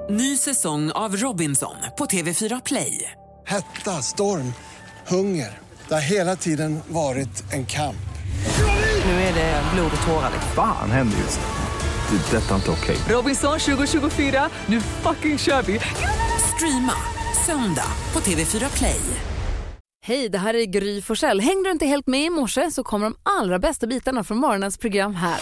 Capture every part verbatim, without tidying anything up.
Ny säsong av Robinson på T V fyra Play. Hetta, storm, hunger. Det har hela tiden varit en kamp. Nu är det blod och tårar. Fan händer just det. Det är detta inte okej. Robinson tjugo tjugofyra, nu fucking kör vi. Streama söndag på T V fyra Play. Hej, det här är Gry Forssell. Hängde du inte helt med i morse så kommer de allra bästa bitarna från morgonens program här.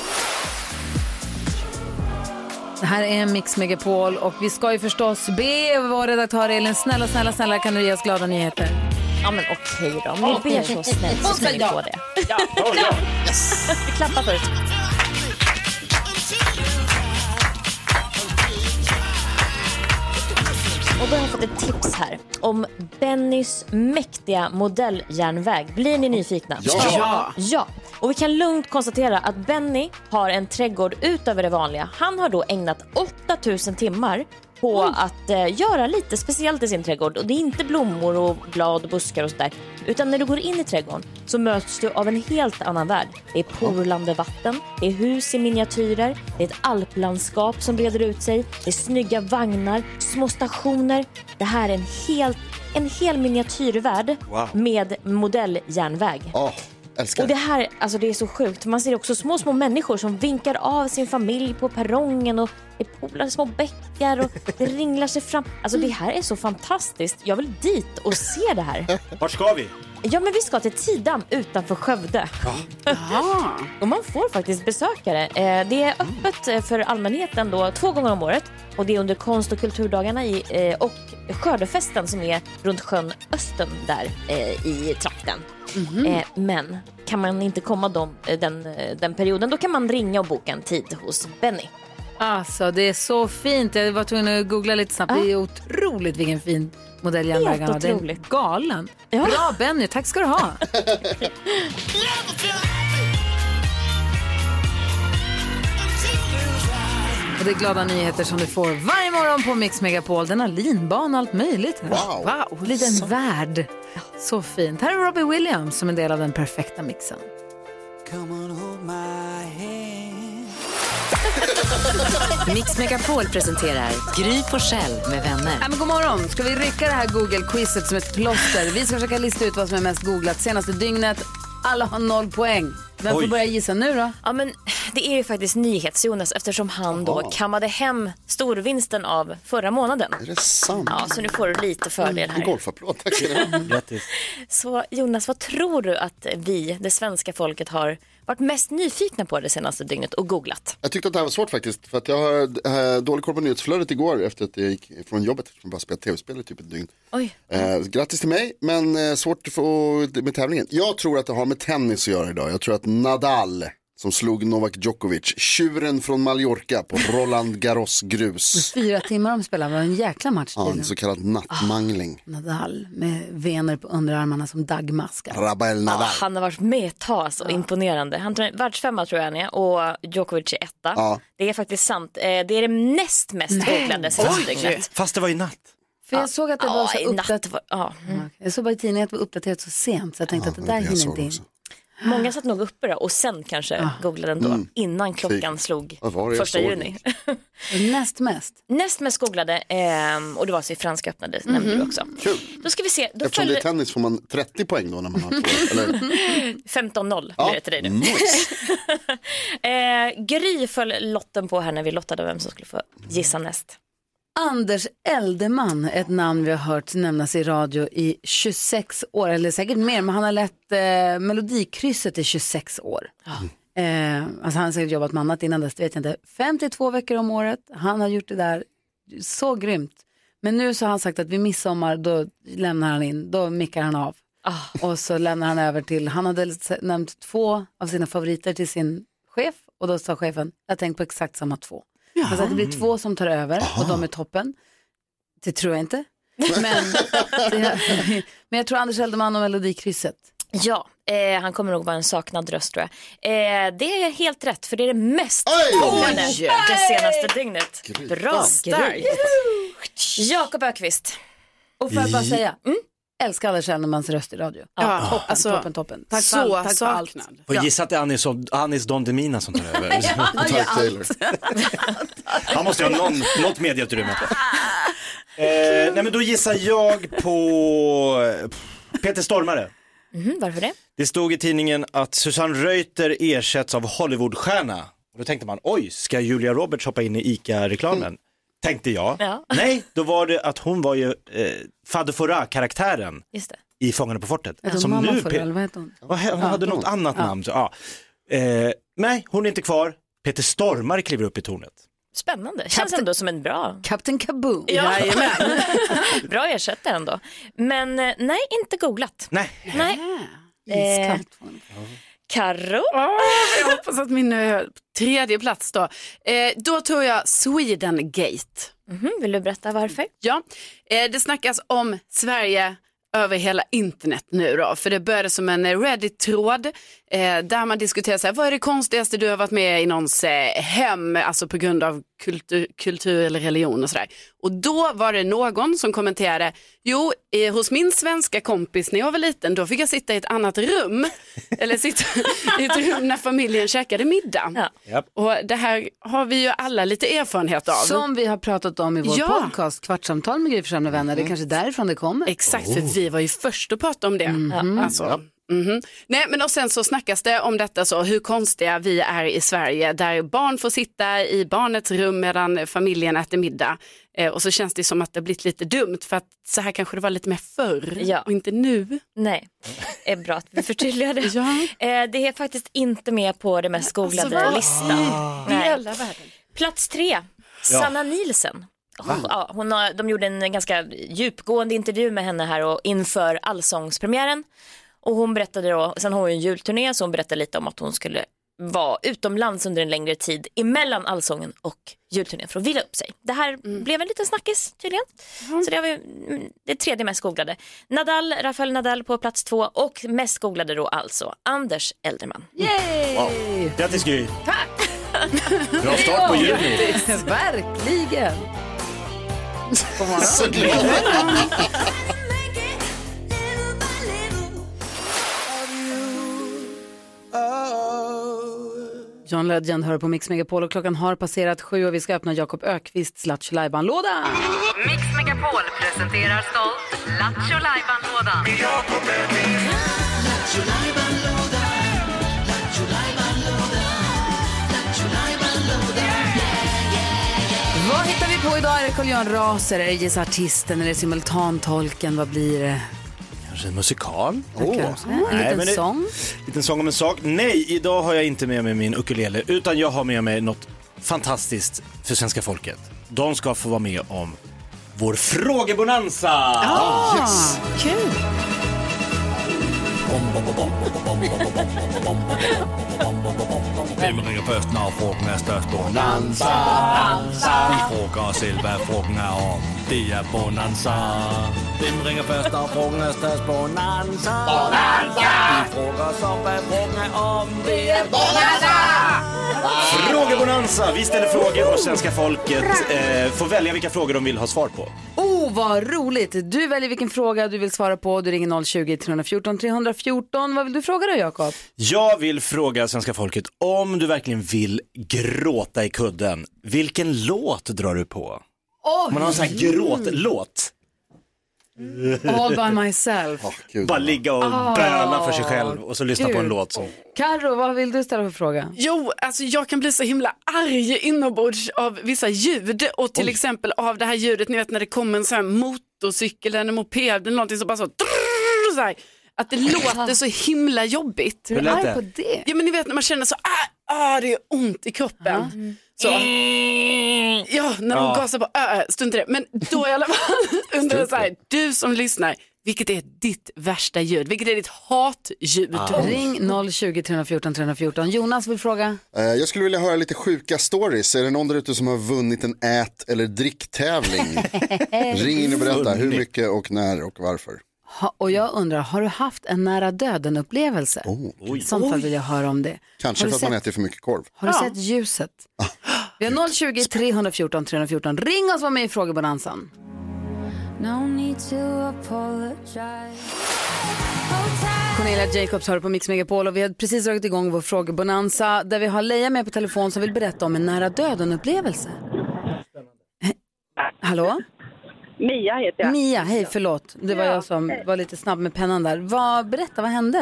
Det här är Mix Megapol och vi ska ju förstås be vår redaktör Elin, snälla, snälla, snälla kan du ge oss glada nyheter? Ja men okej då, om ni ber så snällt så ska ni få det. Ja, ja, ja. Yes. Vi klappar först. Och då har jag fått ett tips här om Bennys mäktiga modelljärnväg. Blir ni nyfikna? Ja. Ja. Ja. Och vi kan lugnt konstatera att Benny har en trädgård utöver det vanliga. Han har då ägnat åtta tusen timmar på mm. att eh, göra lite speciellt i sin trädgård. Och det är inte blommor och blad och buskar och sådär. Utan när du går in i trädgården så möts du av en helt annan värld. Det är porlande vatten, det är hus i miniatyrer, det är ett alplandskap som breder ut sig. Det är snygga vagnar, små stationer. Det här är en, helt, en hel miniatyrvärld wow. med modelljärnväg. Oh. Älskar. Och det här, alltså det är så sjukt. Man ser också små, små människor som vinkar av sin familj på perrongen och det polar små bäckar och det ringlar sig fram. Alltså det här är så fantastiskt. Jag vill dit och se det här. Vart ska vi? Ja, men vi ska till Tidan utanför Skövde. Ja. Och man får faktiskt besökare. Det är öppet för allmänheten då två gånger om året. Och det är under konst- och kulturdagarna i, och skördefesten som är runt sjön Östen där i trakten. Mm-hmm. Men kan man inte komma dem, den, den perioden, då kan man ringa och boka en tid hos Benny. Alltså det är så fint. Jag var tvungen att googla lite snabbt. Ah. Det är otroligt vilken fin modelljärnväg han har. Det är galen. Ja. Bra Benny, tack ska du ha. Och det är glada nyheter som du får varje morgon på Mix Megapol. Den har linban och allt möjligt. Wow, wow liten så... värld. Så fint. Här är Robbie Williams som en del av den perfekta mixen. Come on, hold my hand. Mix Megapol presenterar Gry Forssell med vänner. Ja, men god morgon. Ska vi rycka det här Google-quizet som ett plåster? Vi ska försöka lista ut vad som är mest googlat senaste dygnet. Alla har noll poäng. Vem får börja gissa nu då? Ja, men det är ju faktiskt NyhetsJonas eftersom han då Aha. kammade hem storvinsten av förra månaden. Är det sant? Ja, så nu får du lite fördel här. En golfapplåd, tack. Grattis. Så Jonas, vad tror du att vi, det svenska folket, har varit mest nyfikna på det senaste dygnet och googlat? Jag tyckte att det här var svårt faktiskt. För att jag har äh, dålig koll på nyhetsflödet igår efter att jag gick från jobbet. Jag bara spelade tv-spel i typ ett dygn. Oj. Äh, grattis till mig, men äh, svårt att få med tävlingen. Jag tror att det har med tennis att göra idag. Jag tror att Nadal som slog Novak Djokovic, tjuren från Mallorca på Roland Garros grus. Fyra timmar de spelade, var en jäkla match. Ja, en så kallad nattmangling. Oh, Nadal med vener på underarmarna som dagmaskar. Rafael Nadal. Ja, han har varit med ett tag, så ja. imponerande. Han tror världsfemma tror jag han är och Djokovic är etta. Ja. Det är faktiskt sant. Det är det mest mest googlade senaste dygnet. Fast det var i natt. För jag såg att det ja, var så uppdaterat. Var, ja. mm. Jag såg bara i tidningen att det var uppdaterat så sent så jag tänkte ja, att det där hinner inte in. Också. Många satt nog uppe då, och sen kanske ah. googlade den då mm. innan klockan slog första juni. Näst mest? Näst mest googlade eh, och det var så i franska öppnade mm-hmm. nämnde du också. Kul. Då ska vi se. Då Eftersom följer... det är tennis får man trettio poäng då när man har två, eller? femton noll ja. blir det till dig nu. Nice. eh, Gry föll lotten på här när vi lottade vem som skulle få gissa näst. Anders Eldeman, ett namn vi har hört nämnas i radio i tjugosex år, eller säkert mer, men han har lett eh, Melodikrysset i tjugosex år. Mm. Eh, alltså han har säkert jobbat med annat innan dess, det vet jag inte. femtiotvå veckor om året, han har gjort det där så grymt. Men nu så har han sagt att vid midsommar, då lämnar han in, då mickar han av. Oh. Och så lämnar han över till, han hade nämnt två av sina favoriter till sin chef, och då sa chefen, jag tänkte på exakt samma två. Alltså att det blir två som tar över Aha. och de är toppen. Det tror jag inte. Men, det, men jag tror Anders Eldeman och Melodikrysset. Ja, eh, han kommer nog vara en saknad röst tror jag. Eh, det är helt rätt, för det är det mest gångande det senaste dygnet. Gry. Bra, starkt. Jakob Ökvist. Och får jag bara säga, mm? älskar Anders Eldermans röst i radio. Ja, Ja, toppen, alltså, toppen, toppen. Tack så för allt, tack för allt. saknad. Och gissa att det är Anis, Anis Don Demina som tar över. Tack Taylor. Han måste ju ha någon, något medieutrymme. eh, nej men då gissar jag på Peter Stormare. Mm, varför det? Det stod i tidningen att Susanne Reuter ersätts av Hollywoodstjärna. Och då tänkte man, oj, ska Julia Roberts hoppa in i ICA-reklamen? Mm. Tänkte jag. Ja. Nej, då var det att hon var ju eh, Fade Fora-karaktären Just det. i Fångarna på fortet. Är det mamma för eller vad heter hon? Hon hade ja. något annat ja. namn. Så, ja. eh, nej, hon är inte kvar. Peter Stormare kliver upp i tornet. Spännande. Känns ändå som en bra... Captain Kaboom. Ja. Bra ersättare ändå. Men eh, nej, inte googlat. Nej. Nej. Eh, Karo. Oh, jag hoppas att min uh, tredje plats då. Eh, då tror jag Sweden Gate. Mm-hmm. Vill du berätta varför? Ja, eh, det snackas om Sverige över hela internet nu då. För det började som en Reddit-tråd eh, där man diskuterar så här, vad är det konstigaste du har varit med i någons eh, hem, alltså på grund av kultur, kultur eller religion och sådär. Och då var det någon som kommenterade, jo, eh, hos min svenska kompis när jag var liten, då fick jag sitta i ett annat rum, eller sitta i ett rum när familjen käkade middag. Ja. Yep. Och det här har vi ju alla lite erfarenhet av. Som vi har pratat om i vår Ja. podcast, Kvartsamtal med Gry Forssell med vänner. Det är kanske därifrån det kommer. Exakt, för vi var ju först att prata om det. Mhm. Alltså, mhm. Nej, men och sen så snackas det om detta så, hur konstiga vi är i Sverige, där barn får sitta i barnets rum medan familjen äter middag. Eh, och så känns det som att det har blivit lite dumt, för att så här kanske det var lite mer förr Ja. och inte nu. Nej, det är bra att vi förtydligar det. Ja. Eh, det är faktiskt inte med på det mest googlade Alltså, vad? listan. Nej. Hela världen. Plats tre, Sanna Nielsen. Hon, ja, hon har, de gjorde en ganska djupgående intervju med henne här och inför allsångspremiären. Och hon berättade då, sen har hon en julturné, så hon berättade lite om att hon skulle vara utomlands under en längre tid emellan allsången och julturnén för att vila upp sig. Det här mm. blev en liten snackis tydligen. Mm. Så det har vi, det tredje mest googlade. Nadal, Rafael Nadal på plats två, och mest googlade då alltså Anders Elderman. Yay! Wow. Grattis Gry. Tack! Bra start på juni. Verkligen. Så glad. John Legend hör på Mix Megapol och klockan har passerat sju och vi ska öppna Jakob Ökvists Lattjo Lajban-låda. Mix Megapol presenterar stolt Lattjo Lajban-lådan. Vad hittar vi på idag? Är det Carl-Johan Raser? Är det Gissa Artisten? Är det simultantolken? Vad blir det? Kanske en musikal? Oh. En Nej, liten men det, sång? liten sång om en sak. Nej, idag har jag inte med mig min ukulele, utan jag har med mig något fantastiskt för svenska folket. De ska få vara med om vår frågebonanza. Ah, yes. Kul. Hvem ringer først, når frugten er størst? Bonanza. Vi frågar os selv, hvad frugten er om. Det er Bonanza. Hvem ringer først, når frugten er størst? Bonanza. Vi frågar oss om, hvad frugten er om. Det er Bonanza. Frågebonanza. Vi ställer frågor och svenska folket eh, får välja vilka frågor de vill ha svar på. Oh, vad roligt. Du väljer vilken fråga du vill svara på. Du ringer noll tjugo, tre fjorton, tre fjorton. Vad vill du fråga då, Jakob? Jag vill fråga svenska folket om du verkligen vill gråta i kudden. Vilken låt drar du på? Oh, Man har en sån här gråtlåt. All by myself. Oh, Gud, Bara ligga och oh, böna för sig själv och så lyssna Gud. på en låt som... Karo, vad vill du ställa för fråga? Jo, alltså jag kan bli så himla arg inombords av vissa ljud, och till Oj. exempel av det här ljudet, ni vet när det kommer en sån här motorcykel eller en moped eller någonting som bara så, så här, att det låter så himla jobbigt. Hur är på det? Ja, men ni vet när man känner så, ah, ah det är ont i kroppen. Mm. Så. Ja, när de ja. gasar på, äh, stund till det. Men då i alla fall undrar jag så här, du som lyssnar, vilket är ditt värsta ljud? Vilket är ditt hatljud? Ah. Ring noll tjugo, tre fjorton, tre fjorton. Jonas vill fråga. Uh, jag skulle vilja höra lite sjuka stories. Är det någon där ute som har vunnit en ät- eller dricktävling? Ring in och berätta hur mycket och när och varför. Ha, och jag undrar, har du haft en nära döden-upplevelse? Oh. I sånt fall vill jag höra om det. Kanske för att sett, man äter för mycket korv. Har du ja. sett ljuset? Vi har noll tjugo, tre fjorton, tre fjorton. Ring oss och var med i frågebonanzan. No need to apologize. Cornelia Jacobs hör på Mix Megapol och vi har precis dragit igång vår frågebonanza där vi har Leia med på telefon som vill berätta om en nära döden-upplevelse. Hallå? Mia heter jag. Mia, hej, förlåt. Det var ja, jag som hej. var lite snabb med pennan där. Vad, berätta, vad hände?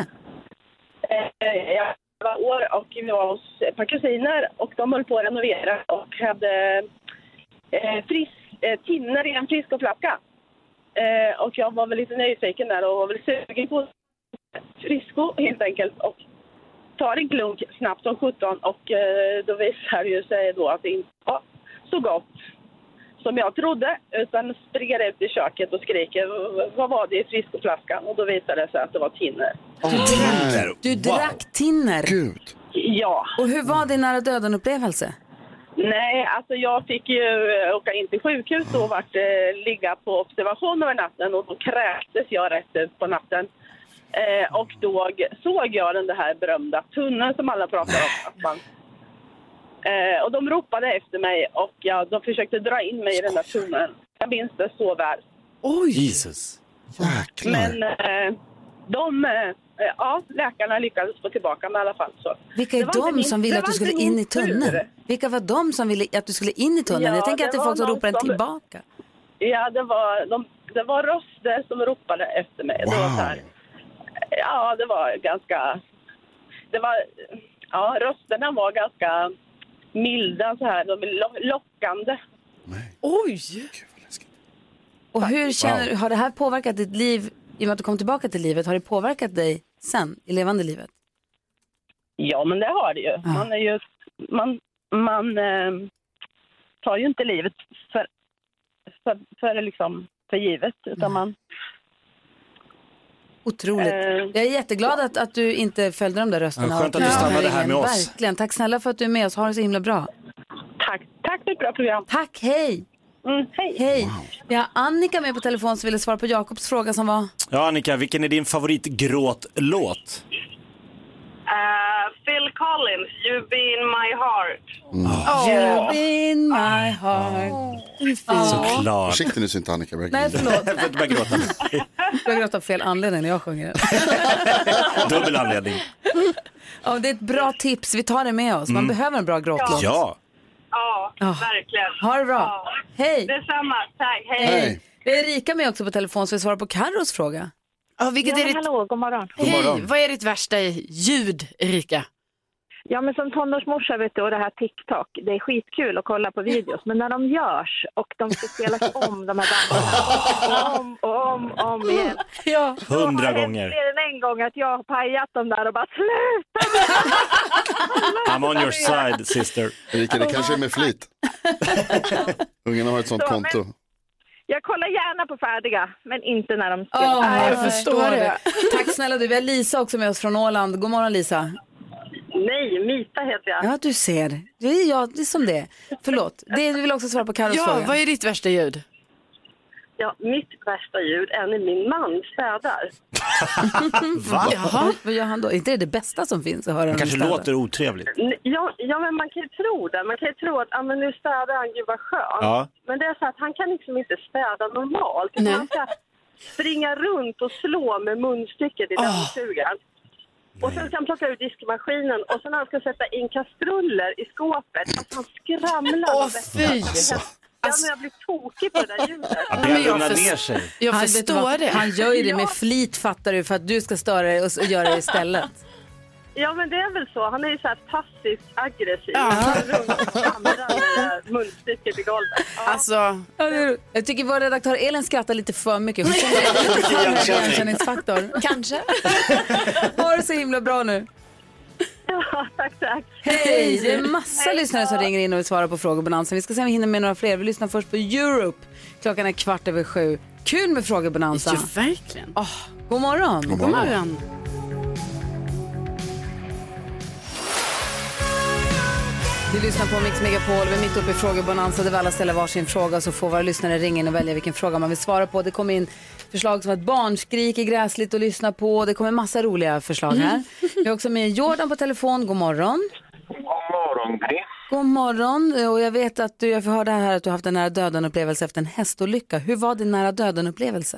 Eh, jag var år och vi var hos ett par kusiner och de höll på att renovera och hade eh, frisk, eh, tinner i en friskoflaska. Eh, och jag var väl lite nyfiken där och var väl sugen på frisko helt enkelt och tar en klunk snabbt som sjutton och eh, då visar det ju sig då att det inte var så gott som jag trodde, utan springer ut i köket och skriker vad var det i friskoflaskan och då visade det sig att det var tinner. Du drack, du drack wow. tinner? Gud. Ja. Och hur var din nära döden upplevelse? Nej, alltså jag fick ju åka in till sjukhus och vart eh, ligga på observation över natten och då kräktes jag rätt ut på natten. Eh, och då såg jag den här berömda tunneln som alla pratar om. Att man, eh, och de ropade efter mig och ja, de försökte dra in mig i den där tunneln. Jag minns det så väl. Oj! Jesus. Jäklar. Men eh, de, eh, ja, läkarna lyckades få tillbaka mig i alla fall. Så. Vilka är de som ville att du skulle in i tunneln? Vilka var de som ville att du skulle in i tunneln? Ja, jag tänker att det är folk som ropar en tillbaka. Ja, det var, de, det var röster som ropade efter mig. Wow. Det var så här, ja, det var ganska... Det var, ja, rösterna var ganska milda så här. De är lockande. Nej. Oj! Och hur känner du, har det här påverkat ditt liv, i och med att du kom tillbaka till livet, har det påverkat dig sen i levande livet? Ja, men det har det ju. Ja. Man är ju, man, man eh, tar ju inte livet för, för, för, liksom, för givet, utan ja. man... Otroligt. Eh, jag är jätteglad att, att du inte följde de där rösterna. Ja, skönt att du stannade här med oss. Verkligen. Tack snälla för att du är med oss. Ha det så himla bra. Tack. Tack för ett bra program. Tack, hej. Mm, hej. Hej. Wow. Vi har Annika med på telefon som ville svara på Jakobs fråga som var... Ja, Annika, vilken är din favoritgråtlåt? Uh, Phil Collins, You Be In My Heart. Mm. Oh. You Be In My Heart. Oh. Såklart. Försiktigt nu så inte Annika börjar Nej, förlåt. Jag börjar gråta. Jag börjar gråta av fel anledning när jag sjunger den. Dubbel anledning. Ja, det är ett bra tips. Vi tar det med oss. Man mm. behöver en bra gråtlåt. Ja. Ja, oh, verkligen. Ha det bra. Ja. Hej. Detsamma. Tack. Hej. Hej. Vi är Erika med också på telefon så vi svarar på Carros fråga. Ja, vilket ja, är ditt... hallå, god morgon. Hej, god morgon. Vad är ditt värsta ljud, Erika? Ja, men som tonårsmorsa vet du, och det här TikTok, det är skitkul att kolla på videos, men när de görs och de ska spelas om de här banden om och om och om igen. Ja, hundra gånger. Det är en gång att jag har pajat dem där och bara sluta. I'm on your side, sister. Erika, det kanske är med flit. Ungarna har ett sånt Så, konto. Men... Jag kollar gärna på färdiga, men inte när de ska. Oh, jag förstår det. Tack snälla du. Vi har Lisa också med oss från Åland. God morgon, Lisa. Nej, Mita heter jag. Ja, du ser. Det är jag, det är som det. Förlåt. Det, du vill också svara på Carros ja, fråga. Vad är ditt värsta ljud? Ja, mitt värsta ljud är när min man städar. Va? Jaha, vad gör han då? Inte det det bästa som finns att höra? Det kanske låter otrevligt. Ja, ja, men man kan ju tro det. Man kan ju tro att ah, men nu städar han, gud vad skönt. Ja. Men det är så att han kan liksom inte städa normalt. Han ska springa runt och slå med munstycket i dammsugaren. Och sen ska han plocka ut diskmaskinen och sen när han ska sätta in kastruller i skåpet. Att han skramlar. Åh, fy! Ja, men jag blir tokig på det där ljudet. Ja, men jag, jag, ner sig. jag han, förstår det. Han gör ju det med flit, fattar du, för att du ska störa dig och, och göra det istället. Ja, men det är väl så. Han är ju så här passivt aggressiv. Ja. Han är runt och hamrar munstycket i golvet. Ja. Alltså... Ja, jag tycker vår redaktör Elin skrattar lite för mycket. Hon känner igenkänningsfaktor. Kanske. Ha det så himla bra nu. Ja, tack, tack. Hej, det är massa Hej, lyssnare som ringer in och vill svara på frågebonanza. Vi ska se om vi hinner med några fler. Vi lyssnar först på Europe. Klockan är kvart över sju. Kul med frågebonanza. Ja, verkligen. Oh, god morgon. God morgon. God morgon. Vi lyssnar på Mix Megapol. Vi är mitt uppe i frågebonanza där vi alla ställer varsin fråga, så får våra lyssnare ringa in och välja vilken fråga man vill svara på. Det kommer in förslag som att barnskrik är gräsligt att lyssna på. Det kommer massa roliga förslag här. Vi har också med Jordan på telefon. God morgon. God morgon, Gry. God morgon, och jag vet att du, jag får höra här att du har haft en nära döden-upplevelse efter en hästolycka. Hur var din nära döden-upplevelse?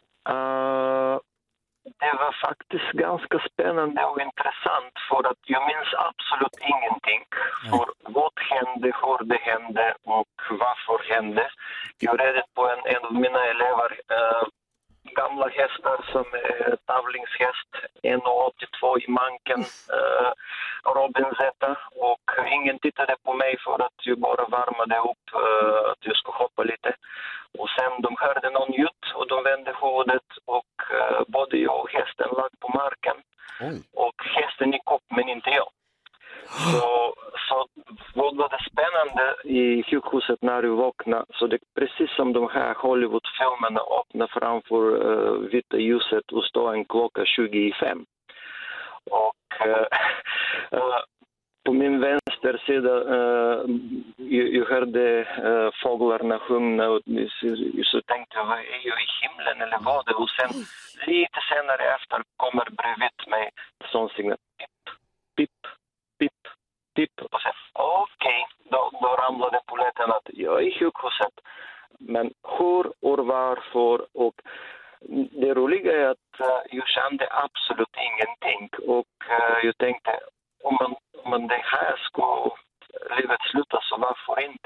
Uh, det var faktiskt ganska spännande och intressant för att jag minns absolut ingenting. För vad hände, hur det hände och varför hände. Jag red på en, en av mina elever uh, gamla hästar som är tävlingshäst, en komma åttiotvå i manken, uh, Robin Zeta, och ingen tittade på mig för att jag bara värmade upp uh, att jag skulle hoppa lite. Och sen de hörde någon ljud och de vände huvudet och uh, både jag och hästen lag på marken. Oj. Och hästen gick upp men inte jag. Så, så vad var det spännande i sjukhuset när jag vaknade, så det är precis som de här Hollywood-filmerna öppnar framför uh, vita ljuset och står en klocka tjugo i fem. Och uh, uh, på min vänster sida uh, jag, jag hörde uh, fåglarna sjunga och så, så tänkte jag, är jag i himlen eller vad det? Och sen lite senare efter kommer bredvid mig sån signal, pip, pip, pip, pip. Och sen, okej, okay, då, då ramlade polletten att jag är i sjukhuset. Men hur och varför, och det roliga är att uh, jag kände absolut ingenting. Och uh, jag tänkte, om man, om man det här skulle livet sluta, så varför inte?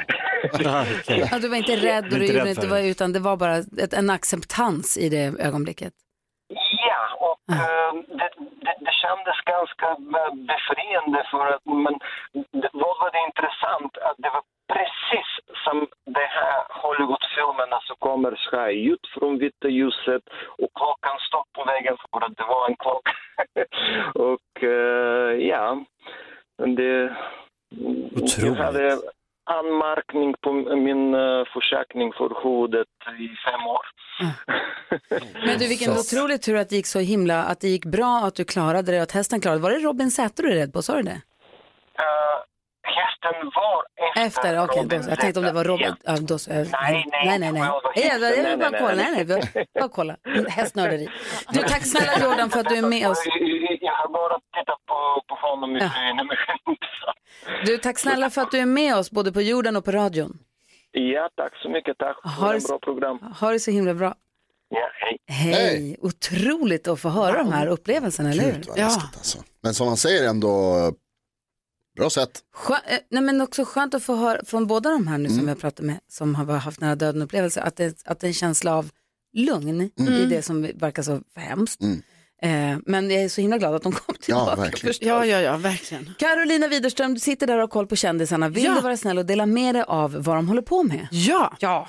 Okay. Ja, du var inte rädd och du gjorde inte, var, utan det var bara ett, en acceptans i det ögonblicket. Ja, och ah. uh, det, det, det kändes ganska befriande för att men, det, vad var det intressant att det var precis som det här Hollywood-filmerna så kommer så här ljud från vita ljuset och klockan stopp på vägen för att det var en klocka. Och uh, ja, det otroligt. Jag hade anmärkning på min uh, försäkring för huvudet i fem år. Mm. Men du, vilken otrolig tur att det gick så himla, att det gick bra, att du klarade det och att hästen klarade. Var det Robin Zeta du är rädd på, sa du det? Uh, hästen var efter, efter okej, okay, då, jag tänkte om det var Robin. Ja. Ja, då, så, nej, nej, nej, nej, nej. Jag vill nej, nej, bara kolla, nej, nej, nej, bara kolla. Hästnörderi. Du, tack snälla Jordan för att du är med oss. Jag har bara tittat på, på honom. Ja. Du, tack snälla för att du är med oss både på jorden och på radion. Ja, tack så mycket, tack för ett bra program. Ha det så himla bra. Ja, hej. Hej. Hej. Otroligt att få höra wow. de här upplevelserna, eller hur? Ja. Alltså. Men som man säger ändå, bra sätt. Skön, nej, men också skönt att få höra från båda de här nu som mm. vi har pratat med, som har haft nära döden upplevelse, att det, att det är en känsla av lugn mm. i det som verkar så hemskt. Mm. Eh, men jag är så himla glad att de kom tillbaka. Ja, verkligen. Ja, ja, ja, verkligen. Carolina Widerström, du sitter där och har koll på kändisarna. Vill ja. du vara snäll och dela med dig av vad de håller på med? Ja, ja.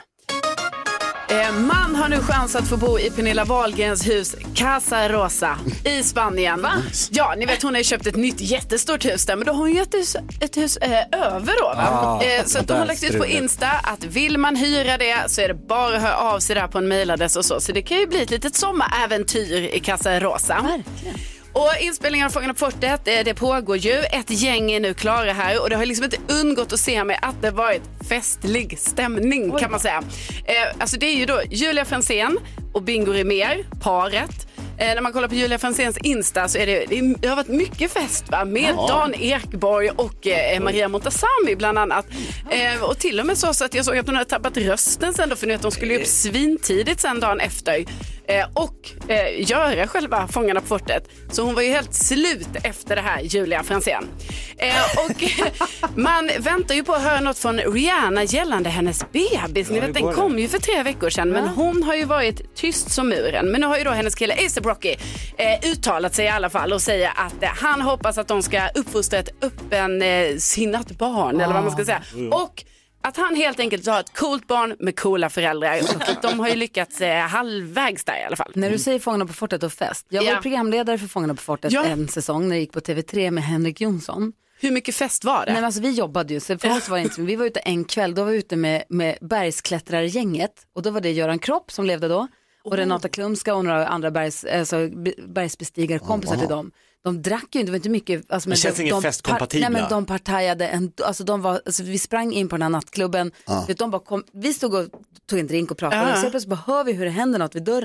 Eh, man har nu chans att få bo i Pernilla Wahlgrens hus Casa Rosa i Spanien. Va? Ja, ni vet hon har ju köpt ett nytt jättestort hus där, men då har hon ju ett hus, ett hus eh, över då. Ah, eh, så att hon har lagt ut på Insta att vill man hyra det så är det bara att höra av sig där på en mejladress och så. Så det kan ju bli ett litet sommaräventyr i Casa Rosa. Verkligen. Och inspelningen av Fångarna på fortet, det pågår ju. Ett gäng är nu klara här och det har liksom inte undgått att se mig att det varit festlig stämning. Oj. Kan man säga. Eh, alltså det är ju då Julia Franzén och Bingo Rimér, paret. Eh, när man kollar på Julia Franzéns Insta så är det, det har varit mycket fest va? Med ja. Dan Ekborg och eh, Maria Montazami bland annat. Eh, och till och med så, så att jag såg att hon hade tappat rösten sen då, för nu att de skulle upp svintidigt sen dagen efter. Eh, och eh, göra själva Fångarna på fortet. Så hon var ju helt slut efter det här, Julia Franzén. Eh, och man väntar ju på att höra något från Rihanna gällande hennes bebis. Ni vet, den kom ju för tre veckor sedan, men hon har ju varit tyst som muren. Men nu har ju då hennes kille A$AP Rocky eh, uttalat sig i alla fall och säger att eh, han hoppas att de ska uppfostra ett öppen eh, sinnat barn, ah. eller vad man ska säga. Och att han helt enkelt har ett coolt barn med coola föräldrar. Och de har ju lyckats eh, halvvägs där i alla fall. När du säger Fångarna på fortet och fest. Jag var ja. programledare för Fångarna på fortet ja. en säsong när det gick på T V tre med Henrik Jonsson. Hur mycket fest var det? Nej, men alltså, vi jobbade ju, så för oss var det inte, vi var ute en kväll, då var vi ute med, med bergsklättrargänget. Och då var det Göran Kropp som levde då. Och oh. Renata Klumska och några andra bergs, alltså, bergsbestigare kompisar oh. till dem. De drack ju inte, det var inte mycket. Alltså, men det känns de, ingen de, festkompatibla. Nej, men de partajade, en, alltså, de var, alltså, vi sprang in på den här nattklubben. Ah. De bara kom, vi stod och tog en drink och pratade. Ah. Och så plötsligt bara hör vi hur det händer något vid dörren.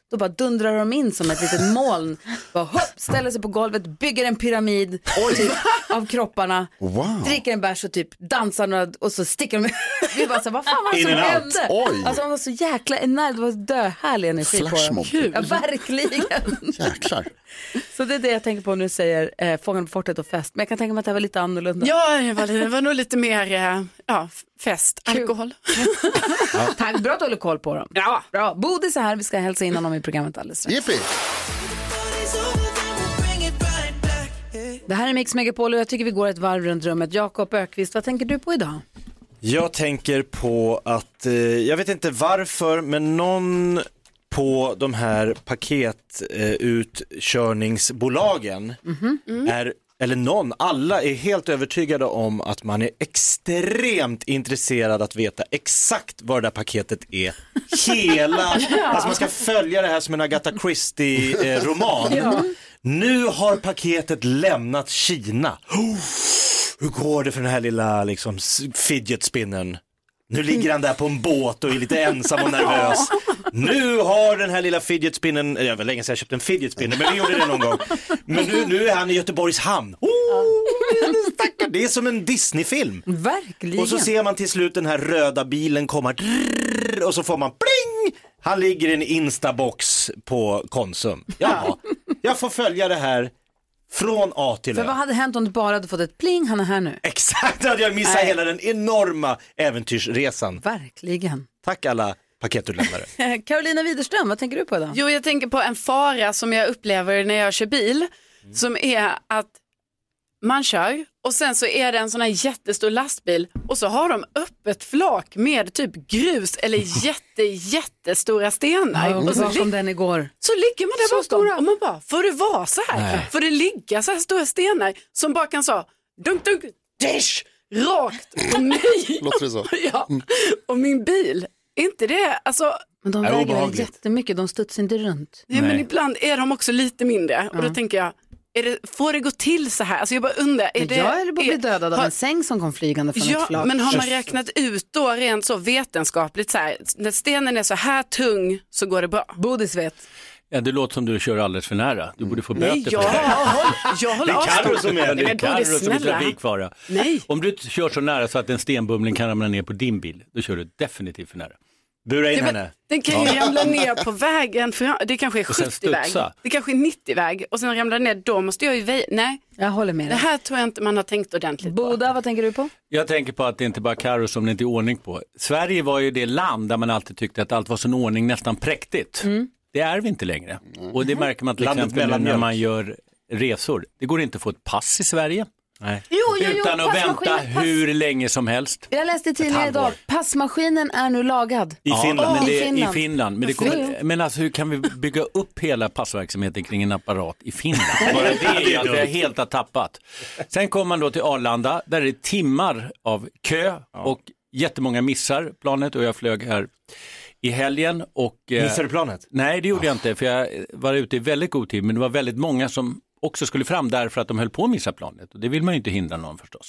Då bara dundrar de in som ett litet moln. Bara hopp, ställer sig på golvet, bygger en pyramid typ, av kropparna. Wow. Dricker en bärs och typ dansar några, och så sticker de. Vi bara så, vad fan var det In som and hände? Oj. Alltså de var så jäkla enormt, det var döhärlig energi Flashmob. på dem. Ja, verkligen. Jäklar. Så det är det jag tänker på när du säger eh, Fången på fortet och fest. Men jag kan tänka mig att det var lite annorlunda. Ja, det var, det var nog lite mer eh, ja, fest, alkohol. Ja. Tack, bra att du håller koll på dem. Ja. Bra. Bodis är här, vi ska hälsa in honom i programmet alldeles strax. Yippie. Det här är Mix Megapol och jag tycker vi går ett varv runt rummet. Jakob Ökvist, vad tänker du på idag? Jag tänker på att, eh, jag vet inte varför, men någon på de här paketutkörningsbolagen eh, mm-hmm. mm. är, eller någon, alla är helt övertygade om att man är extremt intresserad att veta exakt vad det där paketet är. Hela, ja. Alltså man ska följa det här som en Agatha Christie-roman. Eh, ja. Nu har paketet lämnat Kina. Oh, hur går det för den här lilla liksom, fidget spinnen? Nu ligger han där på en båt och är lite ensam och nervös. Nu har den här lilla fidget spinnen, det var länge sedan jag köpte en fidget spinner, men vi gjorde det någon gång. Men nu, nu är han i Göteborgs hamn. Oh, det är som en Disney-film. Verkligen. Och så ser man till slut den här röda bilen komma och så får man pling! Han ligger i en instabox på Konsum. Jaha, jag får följa det här från A till Ö. För vad hade hänt om du bara hade fått ett pling, han är här nu? Exakt, hade jag missat Nej. hela den enorma äventyrsresan. Verkligen. Tack alla paketutlämnare. Carolina Widerström, vad tänker du på idag? Jo, jag tänker på en fara som jag upplever när jag kör bil. Mm. Som är att man kör och sen så är det en sån här jättestor lastbil och så har de öppet flak med typ grus eller jätte, jättestora stenar. Ja, och så kom den igår. Så ligger man där bakom och man bara, får det vara så här? Nej. Får det ligga så här stora stenar som bara kan så dunk, dunk, dish, rakt på mig. Låter det så? Ja, och min bil. Inte det, alltså... Men de väger väl jättemycket, de studsar inte runt. Nej, Nej, men ibland är de också lite mindre. Ja. Och då tänker jag, är det, får det gå till så här? Alltså jag bara undrar, är det... Jag är bara bli dödad av har, en säng som kom flygande från ja, ett flak. Men har man räknat ut då rent så vetenskapligt så här, när stenen är så här tung så går det bra? Bodis vet. Ja, det låter som du kör alldeles för nära. Du borde få böter Nej, för jag, det. Håll, jag håller det är Carro som är det. Det är Carro som är trafikfara. Nej. Om du kör så nära så att en stenbumling kan ramla ner på din bil, då kör du definitivt för nära. Bura in ja, henne. Den kan ju ramla ner på vägen. För det kanske är sjuttio-väg. Det kanske är nittio-väg. Och sen ramlar ner, då måste jag ju väg. Nej, jag håller med. Det här tror jag inte man har tänkt ordentligt på. Boda, vad tänker du på? Jag tänker på att det inte bara är Carro som det inte är ordning på. Sverige var ju det land där man alltid tyckte att allt var sån ordning, nästan präktigt. Mm. Det är vi inte längre. Mm. Och det märker man till exempel när man gör resor. Det går inte att få ett pass i Sverige. Nej. Jo, jo, jo, utan att vänta hur länge som helst. Jag läste tidningen idag, passmaskinen är nu lagad. I Finland. Ja, men det, I Finland. I Finland. Men, det kommer, men alltså, hur kan vi bygga upp hela passverksamheten kring en apparat i Finland? Bara det är att vi är helt har tappat. Sen kommer man då till Arlanda, där är det timmar av kö och jättemånga missar planet, och jag flög här i helgen. Och, missade du planet? Nej, det gjorde jag inte, för jag var ute i väldigt god tid, men det var väldigt många som också skulle fram därför att de höll på att missa planet, och det vill man ju inte hindra någon förstås.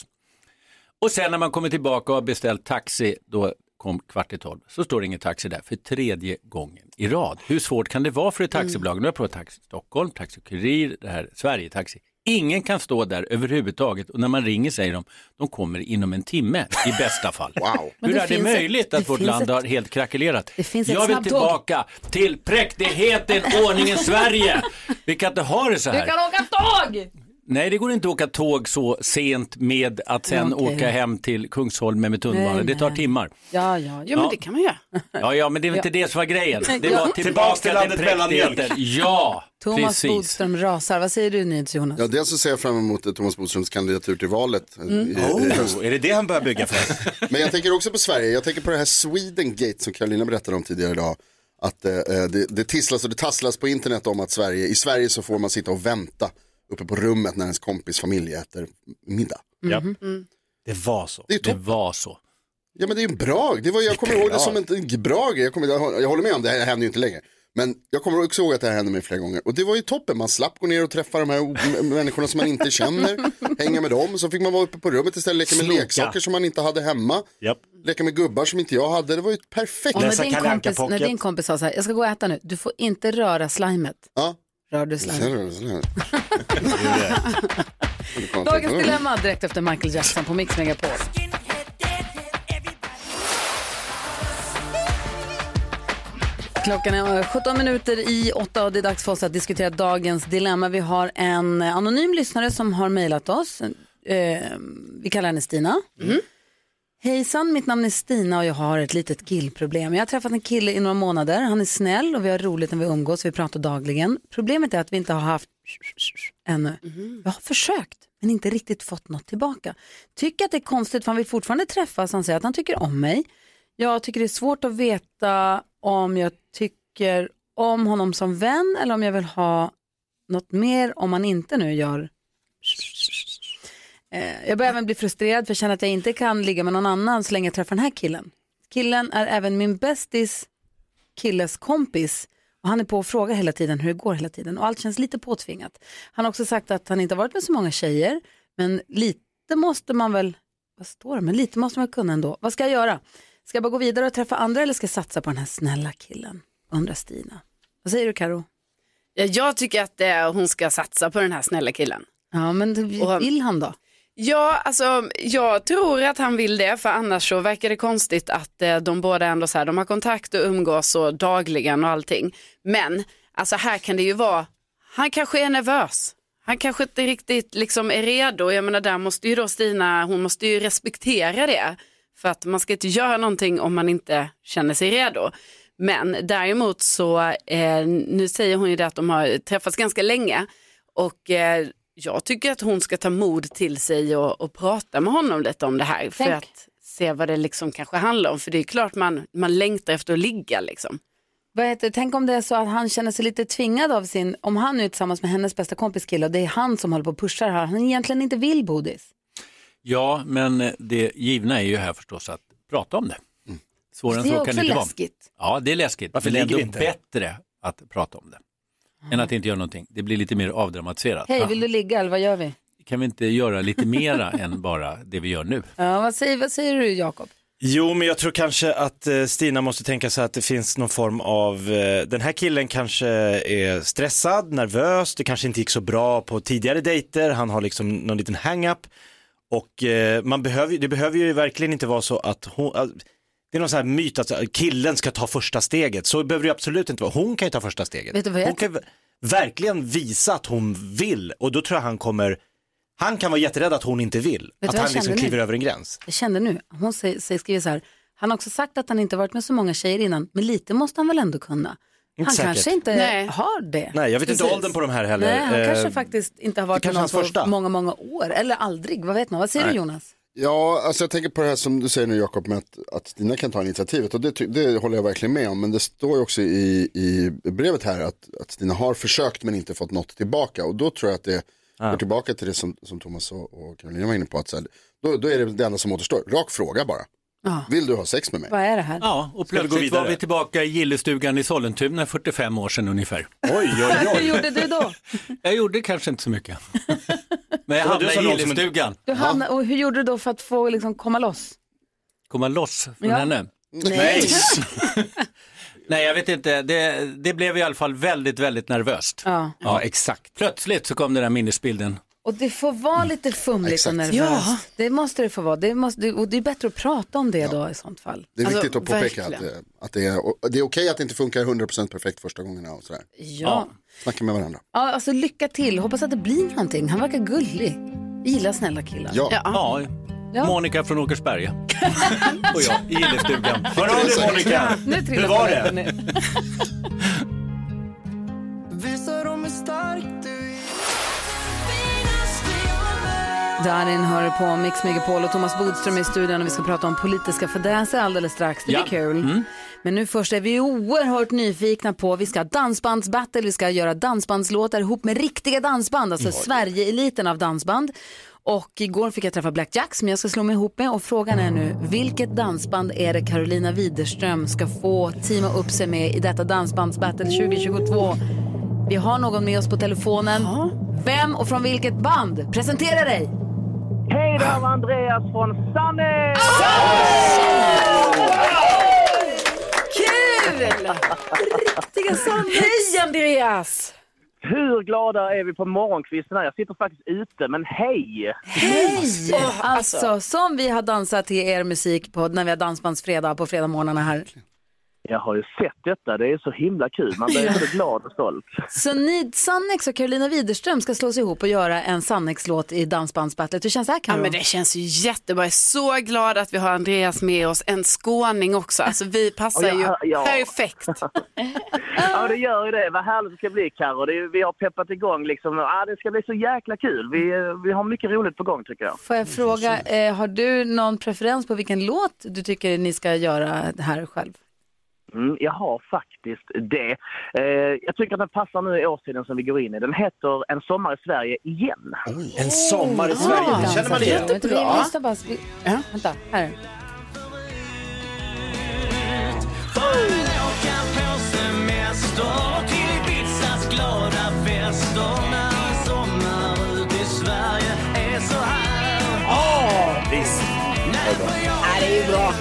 Och sen när man kommer tillbaka och har beställt taxi, då kom kvart i tolv, så står det ingen taxi där för tredje gången i rad. Hur svårt kan det vara för ett taxibolag? Mm. Nu har jag provat Taxi Stockholm, Taxi Kurir, det här Sverige Taxi. Ingen kan stå där överhuvudtaget, och när man ringer säger de, de kommer inom en timme i bästa fall. Wow. Hur det är det möjligt ett, att vårt land ett, har helt krackelerat? Jag vill tillbaka tåg. till präktigheten, ordningen Sverige. Vi kan inte ha det så här. Du kan åka tåg! Nej, det går inte att åka tåg så sent med att sen okay. åka hem till Kungsholmen med tunnelbanan. Det tar timmar. Ja, ja, ja, men det kan man göra. Ja, ja, men det är inte ja. det som var grejen. Det ja. var tillbaka till landet präktigheten. Ja, Thomas precis. Bodström rasar. Vad säger du, Nyhets Jonas? Ja, dels så ser jag fram emot Thomas Bodströms kandidatur till valet. Mm. I, oh, i är det det han börjar bygga för? Men jag tänker också på Sverige. Jag tänker på det här Swedengate som Carolina berättade om tidigare idag. Att eh, det, det tisslas och det tasslas på internet om att Sverige, i Sverige så får man sitta och vänta uppe på rummet när ens kompis familj äter middag. Ja. Mm. Det var så. Det, det var så. Ja, men det är en bra. Det var, jag kommer ihåg det som en, en bra grej. Jag, kommer, jag, jag håller med om det, här händer ju inte längre. Men jag kommer också ihåg att det här hände mig flera gånger. Och det var ju toppen, man slapp gå ner och träffa de här människorna som man inte känner. Hänga med dem, så fick man vara uppe på rummet istället. Leka med Sloka. leksaker som man inte hade hemma. Yep. Leka med gubbar som inte jag hade. Det var ju perfekt. Och när, din kompis, när din kompis sa så här, jag ska gå och äta nu. Du får inte röra slimet. Ja. Rör du slimet? Dagens dilemma direkt efter Michael Jackson på Mix Megapol. Klockan är sjutton minuter i åtta och det är dags för oss att diskutera dagens dilemma. Vi har en anonym lyssnare som har mejlat oss. Eh, vi kallar henne Stina. Mm. Hejsan, mitt namn är Stina och jag har ett litet killproblem. Jag har träffat en kille i några månader. Han är snäll och vi har roligt när vi umgås. Vi pratar dagligen. Problemet är att vi inte har haft ännu. Mm. Jag har försökt men inte riktigt fått något tillbaka. Tycker att det är konstigt för han vill fortfarande träffas. Han säger att han tycker om mig. Jag tycker det är svårt att veta om jag tycker om honom som vän eller om jag vill ha något mer om han inte nu gör. Jag börjar även bli frustrerad för jag känner att jag inte kan ligga med någon annan så länge jag träffar den här killen. Killen är även min bästis killes kompis och han är på att fråga hela tiden hur det går hela tiden och allt känns lite påtvingat. Han har också sagt att han inte har varit med så många tjejer men lite måste man väl, vad står det, men lite måste man kunna ändå. Vad ska jag göra? Ska jag bara gå vidare och träffa andra eller ska jag satsa på den här snälla killen? Undrar Stina. Vad säger du, Karo? Ja, jag tycker att eh, hon ska satsa på den här snälla killen. Ja, men vill han då? Ja, alltså jag tror att han vill det, för annars så verkar det konstigt att eh, de båda ändå så här, de har kontakt och umgås och dagligen och allting. Men alltså här kan det ju vara, han kanske är nervös. Han kanske inte riktigt liksom är redo. Jag menar, där måste ju då Stina, hon måste ju respektera det. För att man ska inte göra någonting om man inte känner sig redo. Men däremot så, eh, nu säger hon ju det att de har träffats ganska länge. Och eh, jag tycker att hon ska ta mod till sig och, och prata med honom lite om det här. Tänk. För att se vad det liksom kanske handlar om. För det är klart man, man längtar efter att ligga liksom. Vad heter, tänk om det är så att han känner sig lite tvingad av sin, om han är tillsammans med hennes bästa kompis kille och det är han som håller på och pushar här. Han egentligen inte vill bodis. Ja, men det givna är ju här förstås att prata om det. Mm. Svårare än så kan det inte vara. Det är också läskigt. Ja, det är läskigt. Varför ligger det inte? Bättre att prata om det mm. än att inte göra någonting. Det blir lite mer avdramatiserat. Hej, vill du ligga eller vad gör vi? Kan vi inte göra lite mera än bara det vi gör nu? Ja, vad säger, vad säger du, Jakob? Jo, men jag tror kanske att Stina måste tänka sig att det finns någon form av, den här killen kanske är stressad, nervös, det kanske inte gick så bra på tidigare dejter, han har liksom någon liten hang-up. Och eh, man behöver, det behöver ju verkligen inte vara så att hon, det är någon sån här myt att killen ska ta första steget. Så behöver det absolut inte vara. Hon kan ju ta första steget. Vet du vad jag... Hon kan verkligen visa att hon vill. Och då tror jag han kommer, han kan vara jätterädd att hon inte vill. Vet att han liksom kliver nu? över en gräns. Jag kände nu, hon säger, säger, skriver så här, han har också sagt att han inte varit med så många tjejer innan. Men lite måste han väl ändå kunna. Inte han säkert. Kanske inte Nej. har det. Nej, jag vet Precis. inte åldern på de här heller. Nej, han eh, kanske faktiskt inte har varit med någon på första. många, många år. Eller aldrig, vad vet man? Vad säger Nej. du, Jonas? Ja, alltså jag tänker på det här som du säger nu, Jakob, med att, att Stina kan ta initiativet. Och det, det håller jag verkligen med om. Men det står ju också i, i brevet här att, att Stina har försökt men inte fått något tillbaka. Och då tror jag att det ah. går tillbaka till det som, som Thomas och, och Carolina var inne på. Att så här, då, då är det det enda som återstår. Rak fråga bara. Ah. Vill du ha sex med mig? Vad är det här? Ja, och plötsligt var vi tillbaka i gillestugan i Sollentuna fyrtiofem år sedan ungefär. Oj, oj, oj. Hur gjorde du då? Jag gjorde kanske inte så mycket. Men jag hamnade i gillestugan. Du hamnade, och hur gjorde du då för att få liksom komma loss? Komma loss från ja. henne? Nej. Nej, jag vet inte. Det, det blev i alla fall väldigt, väldigt nervöst. Ja. ja, exakt. Plötsligt så kom den där minnesbilden. Och det får vara lite fumligt mm. och nervöst. Ja. Det måste det få vara. Det, måste, och det är bättre att prata om det ja. då i sånt fall. Det är alltså, viktigt att påpeka att, det, att det, är, det är okej att det inte funkar hundra procent perfekt första gångerna. Och sådär. Ja. ja. Snacka med varandra. Ja, alltså lycka till. Hoppas att det blir någonting. Han verkar gullig. Gillar snälla killar. Ja. Ja. ja. ja. Monica från Åkersberga. Och jag i gillestugan. Hör av dig, Monica. Nu trillar Hur var det? det? Visar de är stark du. Darin hör på Mix Megapol och Thomas Bodström i studion och vi ska prata om politiska fadäser alldeles strax. Det blir ja. kul. Mm. Men nu först är vi oerhört nyfikna på, vi ska ha dansbandsbattle, vi ska göra dansbandslåtar ihop med riktiga dansband, alltså Sverige-eliten av dansband. Och igår fick jag träffa Black Jack som jag ska slå mig ihop med. Och frågan är nu, vilket dansband är det Carolina Widerström ska få teama upp sig med i detta dansbandsbattle tjugo tjugotvå? Vi har någon med oss på telefonen. Ja. Vem och från vilket band? Presentera dig! Hej, det här var Andreas från Sanne! Kul! Riktiga Sanne! Hej Andreas! Hur glada är vi på morgonkvisten här? Jag sitter faktiskt ute, men hej! Hej! Alltså, som vi har dansat till er musik på när vi har dansbandsfredag på fredagmorgnarna här. Jag har ju sett detta, det är så himla kul. Man blir så glad och stolt. Så ni, Sannex och Carolina Widerström ska slå sig ihop och göra en Sannex-låt i dansbandsbattlet. Hur känns det här, Karo? Ja, men det känns ju jättebra. Jag är så glad att vi har Andreas med oss. En skåning också. Alltså vi passar ja, ju ja. perfekt. Ja, det gör ju det. Vad härligt det ska bli, Karo. Det är, vi har peppat igång liksom. Ja, det ska bli så jäkla kul. Vi, vi har mycket roligt på gång, tycker jag. Får jag fråga, eh, har du någon preferens på vilken låt du tycker ni ska göra här själv? Mm, jag har faktiskt det. Eh, jag tycker att den passar nu i årstiden som vi går in i. Den heter En sommar i Sverige igen. Oj, en sommar i Sverige, det känner man igen. Vi, vi lyssnar bara. Vi, ja. Vänta, här. Åh, visst. Ja, det är ju bra.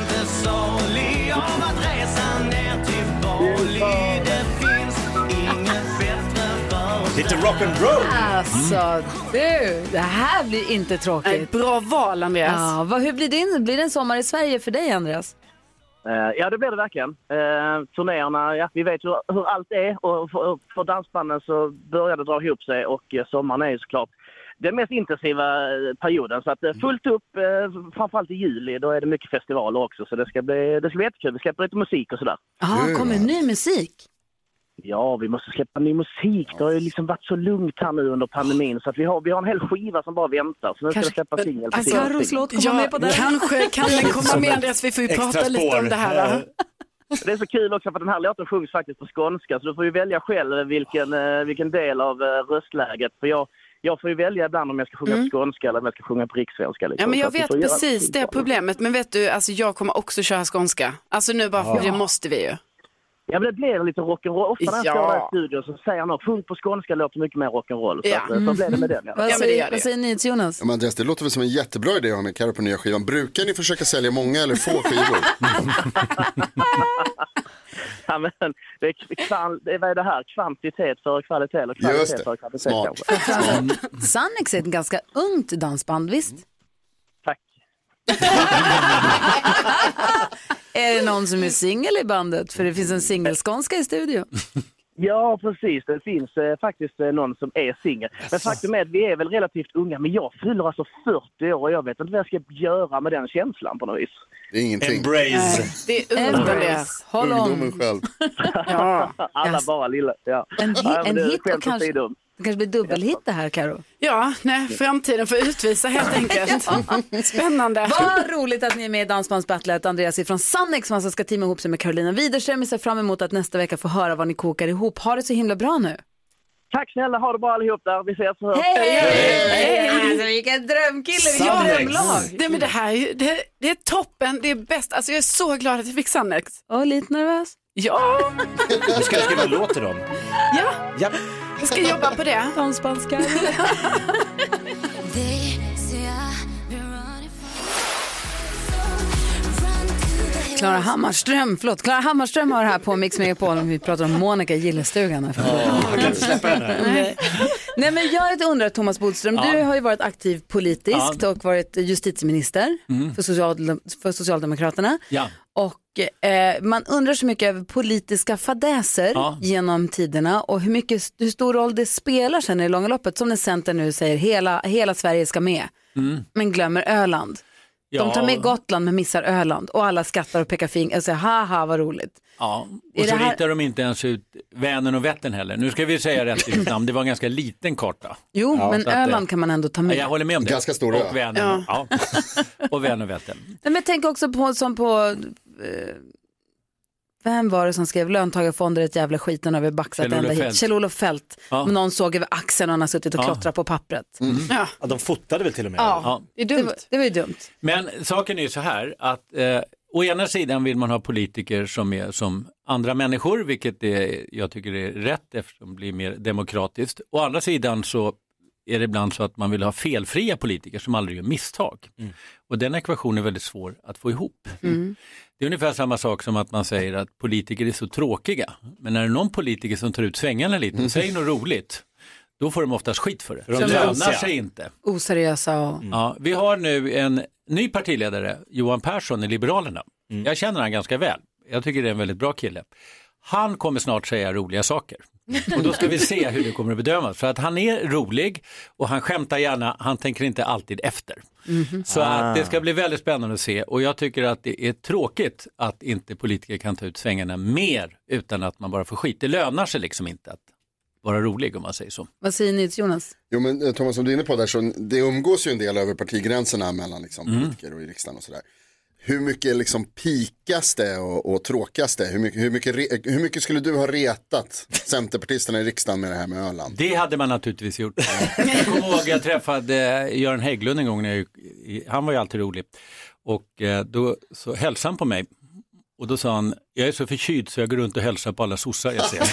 Lite rock'n'roll. Alltså, du, det här blir inte tråkigt. Ett bra val, Andreas. Ja, vad, hur blir det? Blir det en sommar i Sverige för dig, Andreas? Uh, ja, det blir det verkligen. Uh, turnéerna, ja, vi vet hur, hur allt är. Och för, för dansbanden så börjar det dra ihop sig. Och uh, sommaren är ju såklart den mest intensiva perioden. Så att uh, fullt upp, uh, framförallt i juli, då är det mycket festivaler också. Så det ska bli, det ska bli jättekul. Vi släpper lite musik och sådär. Ja, kommer ny musik? Ja, vi måste släppa ny musik. Det har ju liksom varit så lugnt här nu under pandemin. Så att vi har, vi har en hel skiva som bara väntar. Så nu ska vi släppa singel på singel. Karos låt komma ja, med på den. Kanske kan den komma med, Andreas. Vi får ju prata spår. lite om det här. Det är så kul också för den här låten sjungs faktiskt på skånska. Så du får ju välja själv vilken, vilken del av röstläget. För jag... Jag får ju välja ibland om jag ska sjunga mm. på skånska eller om jag ska sjunga på riksvenska. Liksom. Ja, men jag vet precis det problemet. Men vet du, alltså jag kommer också köra skånska. Alltså nu bara, för ja. det måste vi ju. Ja, men det blir lite rock'n'roll. Ofta när jag står där i studion så säger han att sjung på skånska låter mycket mer rock'n'roll. Så, ja. att, så blev det med den. Ja. Vad säger, ja, säger ni till Jonas? Ja, men Andreas, det låter väl som en jättebra idé att ha med Karo på nya skivan. Brukar ni försöka sälja många eller få skivor? Ja, men det är, kval, det är, vad är det här? Kvantitet för kvalitet eller kvalitet Just det. för kvalitet. Smart. Sannex är ett ganska ungt dansband, visst? Tack. Är det någon som är singel i bandet? För det finns en singelskånska i studion. Ja, precis. Det finns eh, faktiskt eh, någon som är singel. Men faktum är att vi är väl relativt unga. Men jag fyller alltså fyrtio år och jag vet inte vad jag ska göra med den känslan på något vis. Det är ingenting. Embrace. Nej, det är Embrace. Håll ungdomen själv. Ja. Alla yes. bara lilla. Ja. En, hi- ja, en hit och kanske... Det kanske blir dubbelhit det här, Karo. Ja, nej, framtiden får utvisa helt enkelt. Ja. Spännande. Vad roligt att ni är med i Dansbandsbattlet. Andreas ifrån Sannex som alltså ska teama ihop sig med Carolina Widerström. Vi ser fram emot att nästa vecka få höra vad ni kokar ihop. Ha det så himla bra nu. Tack snälla, ha det bra allihop där. Vi ses så. Hej! Hej! Hej! Alltså, vilken drömkille, vilken drömlag. Det, men det här det, det är toppen, det är bäst. Alltså jag är så glad att jag fick Sannex. Och lite nervös. Ja. Du ska skriva en låt till dem. Ja. Ja. Jag ska jobba på det. Dansbandska. Klara Hammarström, förlåt. Klara Hammarström har det här på Mix Megapol. Vi pratar om Monica i Gillestugan. Oh, jag kan inte släppa henne. Nej. Nej, men jag undrar, Thomas Bodström, ja. du har ju varit aktiv politiskt ja. och varit justitieminister mm. för, social, för Socialdemokraterna. Ja. Och eh, man undrar så mycket över politiska fadäser ja. genom tiderna och hur, mycket, hur stor roll det spelar sen i det långa loppet. Som när Centern nu säger, hela, hela Sverige ska med, mm. men glömmer Öland. Ja. De tar med Gotland men missar Öland och alla skrattar och pekar fing och säger haha vad roligt. Ja, och så här... ritar de inte ens ut Vänern och Vättern heller. Nu ska vi säga rätt i namn, det var en ganska liten karta. Jo, ja, men Öland att, kan man ändå ta med. Ja, jag håller med om det. Ganska stora. Och Vänern, ja. Ja. Och Vänern och Vättern. Men jag tänker också på som på... Eh, vem var det som skrev löntagarfonder ett jävla skiten har vi baxat ända hit. Kjell-Olof Fält. Ja. Men någon såg över axeln och han har suttit och Ja. klottrat på pappret. Mm. Ja. Ja, de fotade väl till och med. Ja, det är dumt. Det var, det var ju dumt. Men saken är ju så här att eh, å ena sidan vill man ha politiker som är som andra människor, vilket är, jag tycker är rätt eftersom det blir mer demokratiskt. Å andra sidan så är det ibland så att man vill ha felfria politiker som aldrig gör misstag. Mm. Och den ekvationen är väldigt svår att få ihop. Mm. Det är ungefär samma sak som att man säger att politiker är så tråkiga. Men när det är någon politiker som tar ut svängarna lite och säger något roligt, då får de oftast skit för det. För de lönar sig inte. Oseriösa och... Mm. Ja, vi har nu en ny partiledare, Johan Persson i Liberalerna. Mm. Jag känner han ganska väl. Jag tycker det är en väldigt bra kille. Han kommer snart säga roliga saker. Och då ska vi se hur det kommer att bedömas. För att han är rolig och han skämtar gärna, han tänker inte alltid efter. Mm-hmm. Så ah. att det ska bli väldigt spännande att se. Och jag tycker att det är tråkigt att inte politiker kan ta ut svängarna mer utan att man bara får skit. Det lönar sig liksom inte att vara rolig om man säger så. Vad säger ni, Jonas? Jo men Thomas, som du är inne på där, så det umgås ju en del över partigränserna mellan liksom, Mm. politiker och i riksdagen och sådär. Hur mycket liksom pikas det och, och tråkas det? Hur mycket, hur, mycket re, hur mycket skulle du ha retat centerpartisterna i riksdagen med det här med Öland? Det hade man naturligtvis gjort. Jag kommer ihåg, jag träffade Göran Hägglund en gång. När jag, han var ju alltid rolig. Och då så hälsade han på mig. Och då sa han, jag är så förkyld så jag går runt och hälsar på alla sossar jag ser.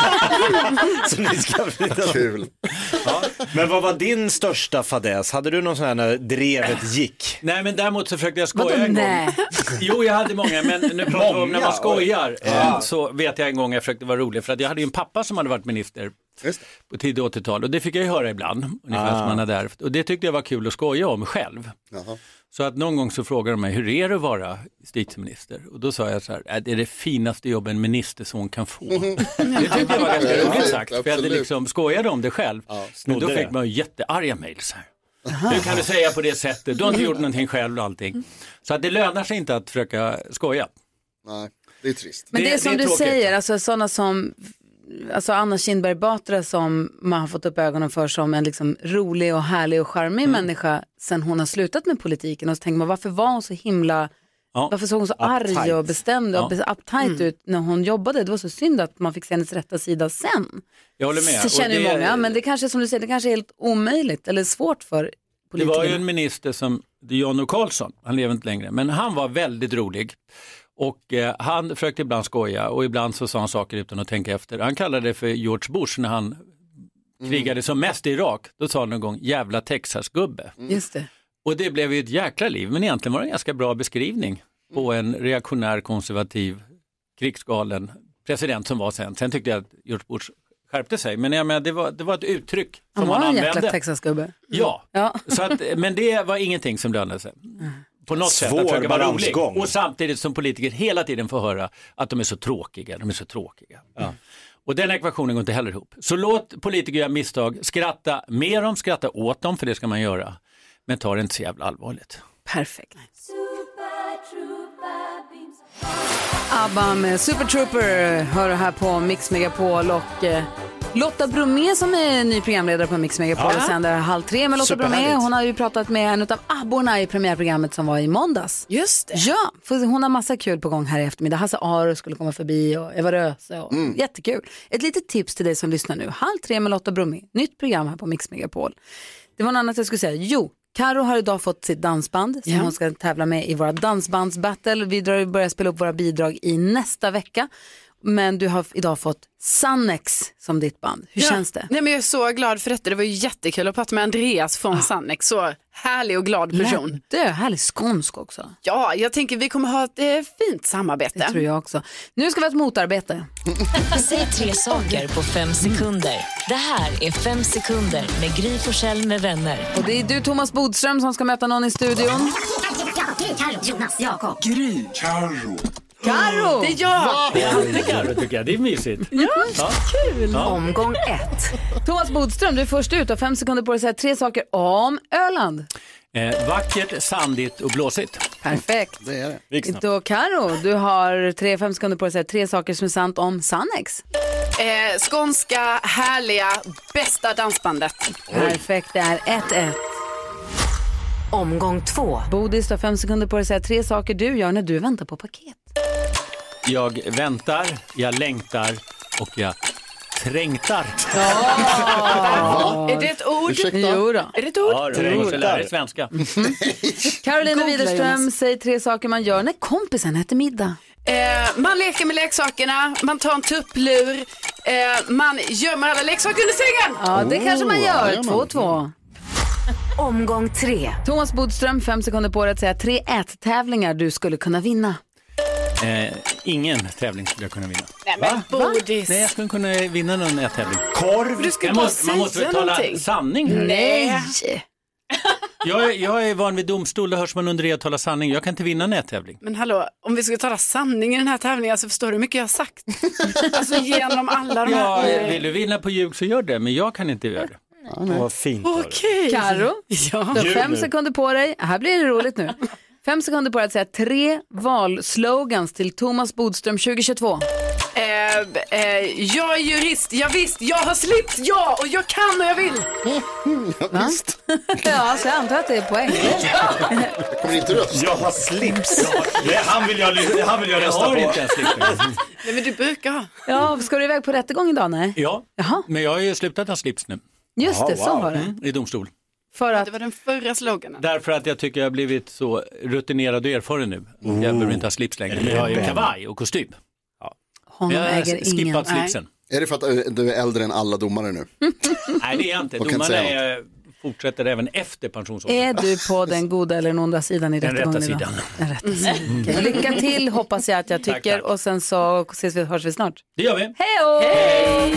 Så ni ska Kul. Ja. Men vad var din största fadäs? Hade du någon sån här när drevet gick? Nej, men däremot så försökte jag skoja Vadå, en gång. nej? Jo, jag hade många, men nu pratar vi om när man skojar. Ja. Eh, så vet jag en gång jag försökte vara rolig. För att jag hade ju en pappa som hade varit minister på tidigt åttiotal. Och det fick jag ju höra ibland, ungefär Ah. som man hade ärvt. Och det tyckte jag var kul att skoja om själv. Jaha. Så att någon gång så frågade de mig, hur är det att vara justitieminister? Och då sa jag så här, äh, det är det finaste jobb en ministerson kan få. Det tyckte jag var ganska roligt sagt, för jag hade liksom skojade om det själv. Ja, men då snodde fick det. man ju jättearga mejls här. Hur kan du säga på det sättet? Du har inte gjort någonting själv och allting. Så att det lönar sig inte att försöka skoja. Nej, det är trist. Men det, Det- är som det är du tråkigt. säger, alltså sådana som alltså Anna Kinberg Batra som man har fått upp ögonen för som en liksom rolig och härlig och charmig Mm. människa sen hon har slutat med politiken. Och så tänker man, varför var hon så himla, Ja. varför såg hon så arg Uptight. och bestämd och Ja. uptight ut när hon jobbade? Det var så synd att man fick se hennes rätta sida sen. Jag håller med. Så Och känner ju det- många, men det kanske som du säger, det kanske är helt omöjligt eller svårt för Det politikerna. var ju en minister som Jan O. Karlsson, han lever inte längre, men han var väldigt rolig. Och eh, han försökte ibland skoja och ibland så sa han saker utan att tänka efter. Han kallade det för George Bush när han krigade som mest i Irak. Då sa han någon gång, jävla Texas-gubbe. Just det. Och det blev ju ett jäkla liv, men egentligen var det en ganska bra beskrivning på en reaktionär, konservativ, krigsgalen president som var sen. Sen tyckte jag att George Bush skärpte sig, men jag menar, det, var, det var ett uttryck som Han var han en jäkla använde. Texas-gubbe. Ja, Ja. så att, men det var ingenting som lönade sig. På något sätt Svår att försöka vara rolig. balansgång. Och samtidigt som politiker hela tiden får höra att de är så tråkiga, de är så tråkiga. Ja. Och den ekvationen går inte heller ihop. Så låt politiker göra misstag, skratta med dem, skratta åt dem, för det ska man göra. Men ta det inte så jävla allvarligt. Perfekt. ABBA med Super Trooper hör du här på Mix Megapol och eh, Lotta Bromé som är ny programledare på Mix Megapol Ja. sänder halv tre med Lotta Bromé. Superhärligt. Hon har ju pratat med en av abborna i premiärprogrammet som var i måndags. Just det. Ja, för hon har massa kul på gång här i eftermiddag. Hasse Aro skulle komma förbi och Eva Röse och jättekul. Ett litet tips till dig som lyssnar nu. Halv tre med Lotta Bromé. Nytt program här på Mix Megapol. Det var något annat jag skulle säga. Jo, Karo har idag fått sitt dansband som Ja. hon ska tävla med i våra dansbandsbattle. Vi drar- börjar spela upp våra bidrag i nästa vecka. Men du har idag fått Sannex som ditt band. Hur Ja. känns det? Nej, men jag är så glad för detta. Det var ju jättekul att prata med Andreas från Sannex. Så härlig och glad person. Det är härlig skånsk också. Ja, jag tänker vi kommer ha ett eh, fint samarbete. Det tror jag också. Nu ska vi ha ett motarbete. Säg tre saker på fem sekunder. Det här är Fem sekunder med Gry Forssell med vänner. Och det är du, Thomas Bodström, som ska möta någon i studion. Carro, Jonas, Jakob. Gry, Carro. Karo! Det är jag! Det tycker jag, det är mysigt. Ja, Ja. kul. Ja. Omgång ett. Thomas Bodström, du är först ut och fem sekunder på dig att säga tre saker om Öland. Eh, vackert, sandigt och blåsigt. Perfekt. Det är det. Då Karo, du har tre, fem sekunder på dig att säga tre saker som är sant om Sannex. Eh, skånska, härliga, bästa dansbandet. Perfekt, det är ett ett. Omgång två. Bodis, du har fem sekunder på dig att säga tre saker du gör när du väntar på paket. Jag väntar, jag längtar och jag trängtar. Ja. Är det ett ord? Ursäkta? Jo då. Är det ett ord? Ja, du måste lära dig svenska. Mm. Carolina Widerström säger tre saker man gör när kompisen äter middag. Eh, man leker med leksakerna, man tar en tupplur, eh, man gömmer alla leksaker under sängen. Ja, det oh, kanske man gör. ja, två två. Omgång tre. Thomas Bodström, fem sekunder på dig att säga tre ättävlingar du skulle kunna vinna. Eh, ingen tävling skulle jag kunna vinna. Nej, men bodis. Nej, jag skulle kunna vinna någon ättävling. Korv. Du ska jag bara måste, man måste väl tala någonting. sanning här. Nej. Jag är, jag är van vid domstol, då hörs man under det att tala sanning. Jag kan inte vinna en ättävling. Men hallå, om vi ska tala sanning i den här tävlingen så förstår du hur mycket jag har sagt. Alltså genom alla de Ja, här... vill du vinna på ljug så gör det, men jag kan inte göra det. Ja, vad fint. Okej. Karo, ja. du har fem sekunder på dig. Här blir det roligt nu. Fem sekunder på dig att säga tre valslogans till Thomas Bodström tjugohundratjugotvå. Eh, eh, jag är jurist, jag visst, jag har slips, ja, och jag kan och jag vill. Ja, visst. Ja, så jag antar att det är poäng. Jag kommer inte rösta. Jag har slips. Nej, han vill jag, han vill jag rösta har på. Inte en slips. Nej, men du brukar ha. Ja, ska du iväg på rättegång idag? Nej. Ja, Jaha. men jag har ju slutat ha slips nu. Just det, så var det. Mm, i domstol. För att... Det var den förra sloganen. Därför att jag tycker jag har blivit så rutinerad och erfaren nu. Jag behöver inte ha slips längre, men jag har ju kavaj och kostym. Honom jag har äger skippat ingen. slipsen. Nej. Är det för att du är äldre än alla domare nu? Nej, det är jag inte. Domarna är, fortsätter även efter pensionsåldern. Är du på den goda eller den onda sidan i Den rättegången rätta idag? sidan. Den rätta sidan. Mm. Okay. Lycka till, hoppas jag att jag tycker. Tack, tack. Och sen så ses vi, hörs vi snart. Det gör vi. Hejo! Hej!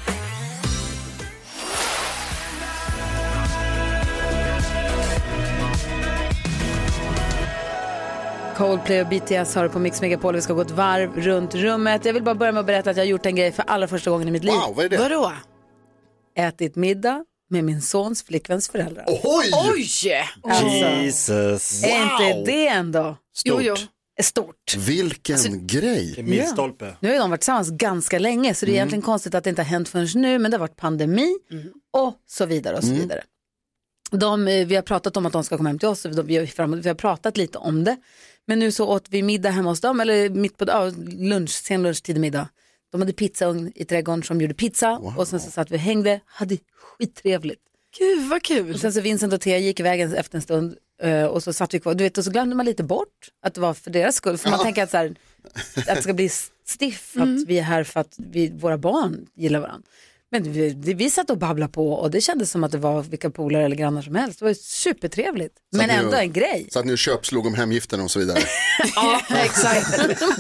Coldplay och B T S har på Mix Megapol. Vi ska gå ett varv runt rummet. Jag vill bara börja med att berätta att jag har gjort en grej för allra första gången i mitt liv. Wow, vad är det? Vadå? Ätit middag med min sons flickväns föräldrar. Oj! Oj! Alltså, Jesus. är inte det ändå Jo, jo. stort? Vilken Alltså, grej. Milstolpe. Nu har de varit tillsammans ganska länge så det är egentligen konstigt att det inte har hänt förrän nu, men det har varit pandemi och så vidare och så vidare. De, vi har pratat om att de ska komma hem till oss, vi har, vi har pratat lite om det, men nu så åt vi middag hemma hos dem, eller mitt på ja, lunch, sen lunchtid middag. De hade pizzaugn i trädgården som gjorde pizza wow. Och sen så satt vi och hängde, hade skittrevligt. Gud vad kul. Och sen så Vincent och Thea gick iväg efter en stund och så satt vi kvar, du vet, och så glömde man lite bort att det var för deras skull, för man ja. tänker att, så här, att det ska bli stiff, att mm. vi är här för att vi, våra barn gillar varandra. Men vi, vi satt och babblade på och det kändes som att det var vilka polare eller grannar som helst. Det var supertrevligt. Så men ändå och, en grej. Så att ni köpslog om hemgiften och så vidare. Ja, exakt.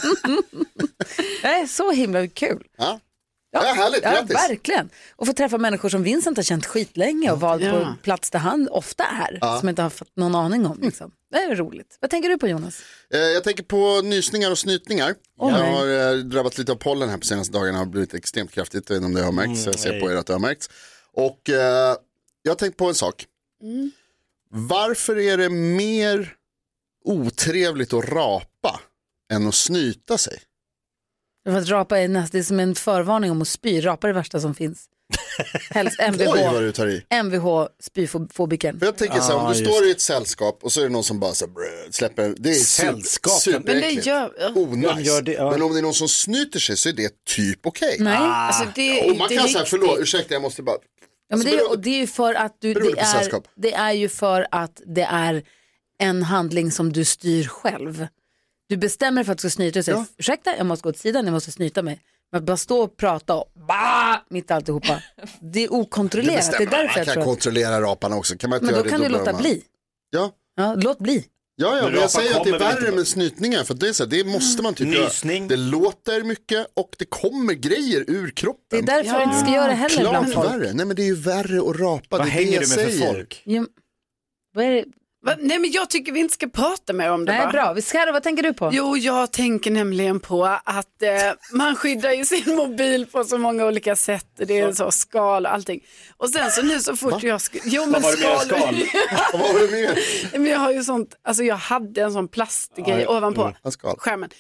Det är så himla kul. Ja, ja, ja härligt, ja, grattis. Verkligen. Och få träffa människor som Vincent har känt skitlänge och valt ja. på plats där han ofta är. Ja. Som inte har fått någon aning om. Liksom. Det är roligt. Vad tänker du på, Jonas? Eh, jag tänker på nysningar och snytningar. Oh, jag har eh, drabbat lite av pollen här på senaste dagarna. Har blivit extremt kraftigt, jag vet inte om det har märkts. Mm, jag ser nej. på er att det har märkts. Och eh, jag har tänkt på en sak. Mm. Varför är det mer otrevligt att rapa än att snyta sig? För att rapa är nästan som en förvarning om att spy. Rapa är det värsta som finns. Helst M V H. Oj, vad du tar i. M V H spyfobiken. För jag tänker så här, om du står i ett sällskap och så är det någon som bara så brr, släpper, det är sällskap. superäckligt. Gör, oh, nice. det, ja. Men om det är någon som snyter sig så är det typ okej. Okay. Nej, ah. alltså det, och man det kan säga, förlåt, ursäkta jag måste bara. Ja, men det, är, och det är ju för att du, det är, det är ju för att det är en handling som du styr själv. Du bestämmer för att du ska snyta och säger, ja. ursäkta, jag måste gå till sidan, jag måste snyta mig. Men bara stå och prata och bah, mitt alltihopa. Det är okontrollerat. Det, det är därför man kan jag kontrollera raparna också. Kan man inte men då göra kan det, du låta man... bli. Ja. Ja, låt bli. Ja, ja, men jag säger att det är värre med snytningar. För det, är så här, det måste man typ Nysning. göra. Det låter mycket och det kommer grejer ur kroppen. Det är därför ja. jag inte ska göra det heller Klart bland folk. Värre. Nej, men det är ju värre att rapa. Vad det hänger det du med säger. för folk? Ja, vad är det? Va? Nej, men jag tycker vi inte ska prata mer om det. Nej, bara. bra. Vi ska, vad tänker du på? Jo, jag tänker nämligen på att eh, man skyddar ju sin mobil på så många olika sätt. Det är så skal och allting. Och sen så nu så fort Va? jag... Sk- jo, men vad var det skal... mer skal? Vad var det mer? Men jag har ju sånt... Alltså jag hade en sån plastgrej ja, ovanpå mm, skärmen.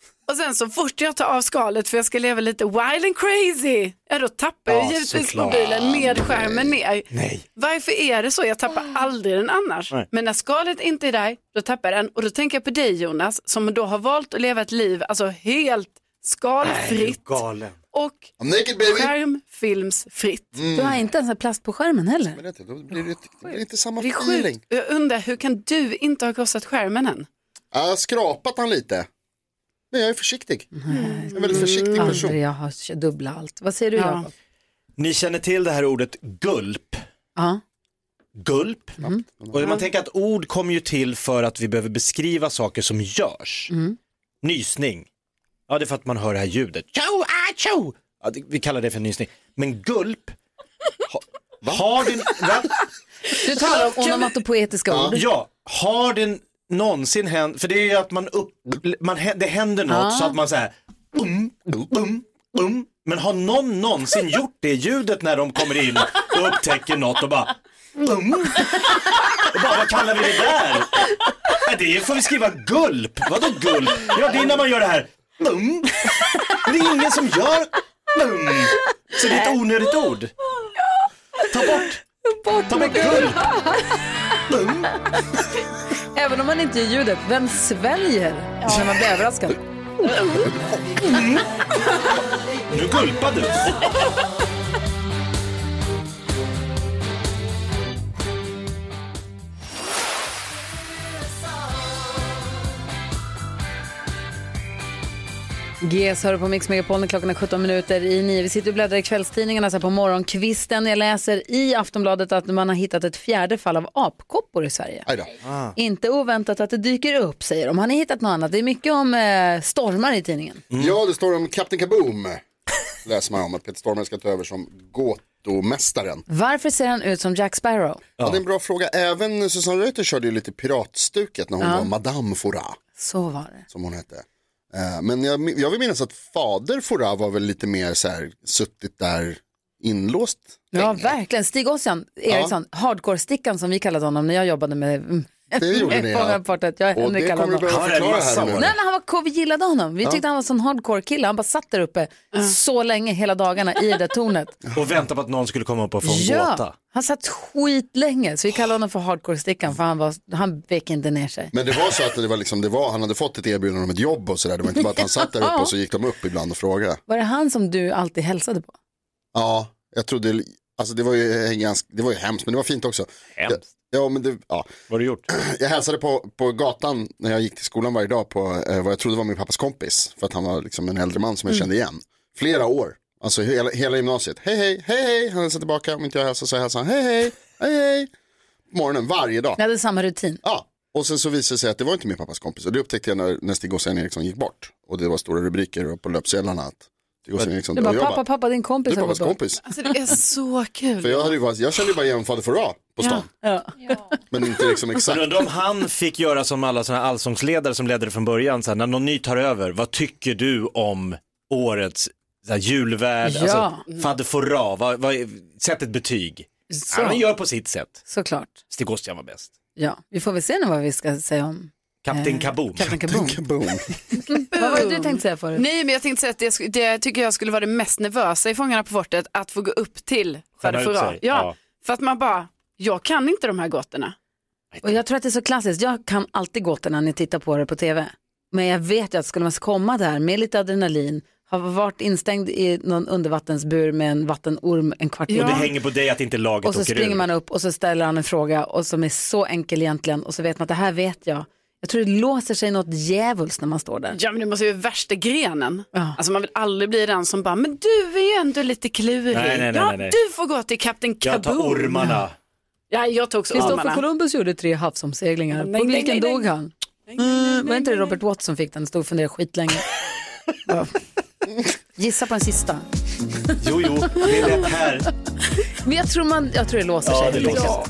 Och sen så fort jag tar av skalet för jag ska leva lite wild and crazy, ja då tappar jag Ja, givetvis såklart. mobilen med skärmen ner. Nej. Varför är det så? Jag tappar aldrig den annars. Nej. Men när skalet inte är där, då tappar jag den. Och då tänker jag på dig Jonas, som då har valt att leva ett liv, alltså helt skalfritt. Galen. Och naked, baby. skärmfilmsfritt. Mm. Du har inte ens en plast på skärmen heller. Men det, då blir det, det blir inte samma Det är feeling. sjukt. Jag undrar, hur kan du inte ha krossat skärmen än? Jag har skrapat han lite. Men jag är försiktig. Jag är en väldigt försiktig Mm, person. aldrig, jag har dubbla allt. Vad säger du, Ja. Jakob? Ni känner till det här ordet gulp. Ja. Gulp. Mm. Och man tänker att ord kommer ju till för att vi behöver beskriva saker som görs. Mm. Nysning. Ja, det är för att man hör det här ljudet. Tjo, ah, tjo! Ja, det, vi kallar det för nysning. Men gulp. Ha, har din... Va? Du talar om onomatopoetiska ord. Ja, har den någonsin hänt, för det är ju att man upp, man, det händer något Ah. så att man säger um, um, um, men har någon någonsin gjort det ljudet när de kommer in och upptäcker något och bara um, och bara, vad kallar vi det där? Ja, det får vi skriva gulp. Vadå gulp? Ja, det är när man gör det här um. Det är ingen som gör um. Så det är ett onödigt ord. Ta bort Bort Ta bort gulp. Um. Även om man inte gör ljudet, vem sväljer när man blir överraskad? Mm. Nu gulpar du. G S hör på Mix Megapol, klockan är sjutton minuter i nio. Vi sitter och bläddrar i kvällstidningarna så här på morgonkvisten. Jag läser i Aftonbladet att man har hittat ett fjärde fall av apkoppor i Sverige. Aj då. Ah. Inte oväntat att det dyker upp, säger de. Har ni hittat något annat? Det är mycket om eh, stormar i tidningen. Mm. Ja, det står om Kapten Kaboom. Läser man om att Peter Stormare ska ta över som gåtomästaren. Varför ser han ut som Jack Sparrow? Ja. Ja, det är en bra fråga. Även Susanne Reuter körde ju lite piratstuket när hon Ja. var Madame Fora, Så var det. som hon hette. Eh, Men jag, jag vill minnas att fader Fora var väl lite mer så här suttit där inlåst. Ja, verkligen. Stig Ossian Eriksson, hardcore-stickan som vi kallade honom när jag jobbade med... Det gjorde ni, ja. Fångarportet. Jag Och det kommer du behöva förklara här nu. Nej, men han var cool, vi gillade honom. Vi Ja. tyckte han var en sån hardcore-kille. Han bara satt där uppe så länge hela dagarna i det där tornet. Och vänta på att någon skulle komma upp och få en Ja, gåta. han satt skitlänge. Så vi kallade honom för hardcore-stickan för han, var, han vek inte ner sig. Men det var så att det var liksom, det var, han hade fått ett erbjudande om ett jobb och sådär. Det var inte bara att han satt där uppe och så gick de upp ibland och frågade. Var det han som du alltid hälsade på? Ja, jag trodde, alltså det var ju ganska, det var ju hemskt men det var fint också. Hemskt? Ja, ja men det, ja. Vad har du gjort? Jag hälsade på, på gatan när jag gick till skolan varje dag på eh, vad jag trodde var min pappas kompis. För att han var liksom en äldre man som jag Mm. kände igen. Flera år, alltså hela, hela gymnasiet. Hej hej, hej hej, han hälsade tillbaka. Om inte jag hälsade så hälsade han hej hej, hej hej. På morgonen varje dag. Ni hade samma rutin. Ja, och sen så visade det sig att det var inte min pappas kompis. Och det upptäckte jag när, när Stig Ossian Eriksson gick bort. Och det var stora rubriker på löpsedlarna att Stig Ossian Eriksson Det var dör. Jag pappa, pappa, din kompis. Det är har pappas gått bort. kompis. Alltså det är så kul. För jag, hade ju varit, jag kände ju bara igen Fader Fora på stan. Ja. Men inte liksom exakt. Men undrar om han fick göra som alla såna här allsångsledare som ledde det från början. Så här, när någon ny tar över, vad tycker du om årets så här, julvärd? Ja. Alltså, Fader Fora, vad, vad, sätt ett betyg. Så. Han gör på sitt sätt. Såklart. Stig Ossian var bäst. Ja, vi får väl se nu vad vi ska säga om Kapten eh, Kaboom. Kapten Kaboom. Kaboom. Vad var det du tänkte säga förut? Nej, men jag tänkte säga att det, sk- det tycker jag skulle vara det mest nervösa i Fångarna på fortet, att få gå upp till Fader Skämma ut Fora. sig. Ja, Ja. för att man bara, jag kan inte de här gåtorna. Och jag tror att det är så klassiskt. Jag kan alltid gåtorna när ni tittar på det på tv. Men jag vet ju att skulle man komma där med lite adrenalin, har varit instängd i någon undervattensbur med en vattenorm en kvart Och det hänger på dig att inte laget och så åker springer ur. man upp och så ställer han en fråga och som är så enkel egentligen och så vet man att det här vet jag. Jag tror det låser sig något djävulskt när man står där. Ja, men det måste ju vara värsta grenen. Ja. Alltså man vill aldrig bli den som bara, men du är ju ändå lite klurig. Nej, nej, nej, ja, nej, nej. du får gå till Kapten Kaboom. Jag tar ormarna. Ja, jag tog också Kristoffer ormarna. Columbus gjorde tre havsomseglingar. Nej, På nej, vilken nej, dog nej. han? Mm, var inte det Robert Watts som fick den? Stod och funderade skitlänge. Ja. Gissa på den sista. Jo, jo, det är lätt här. Men jag tror, man, jag tror det låser Ja, sig. det låser sig. Ja.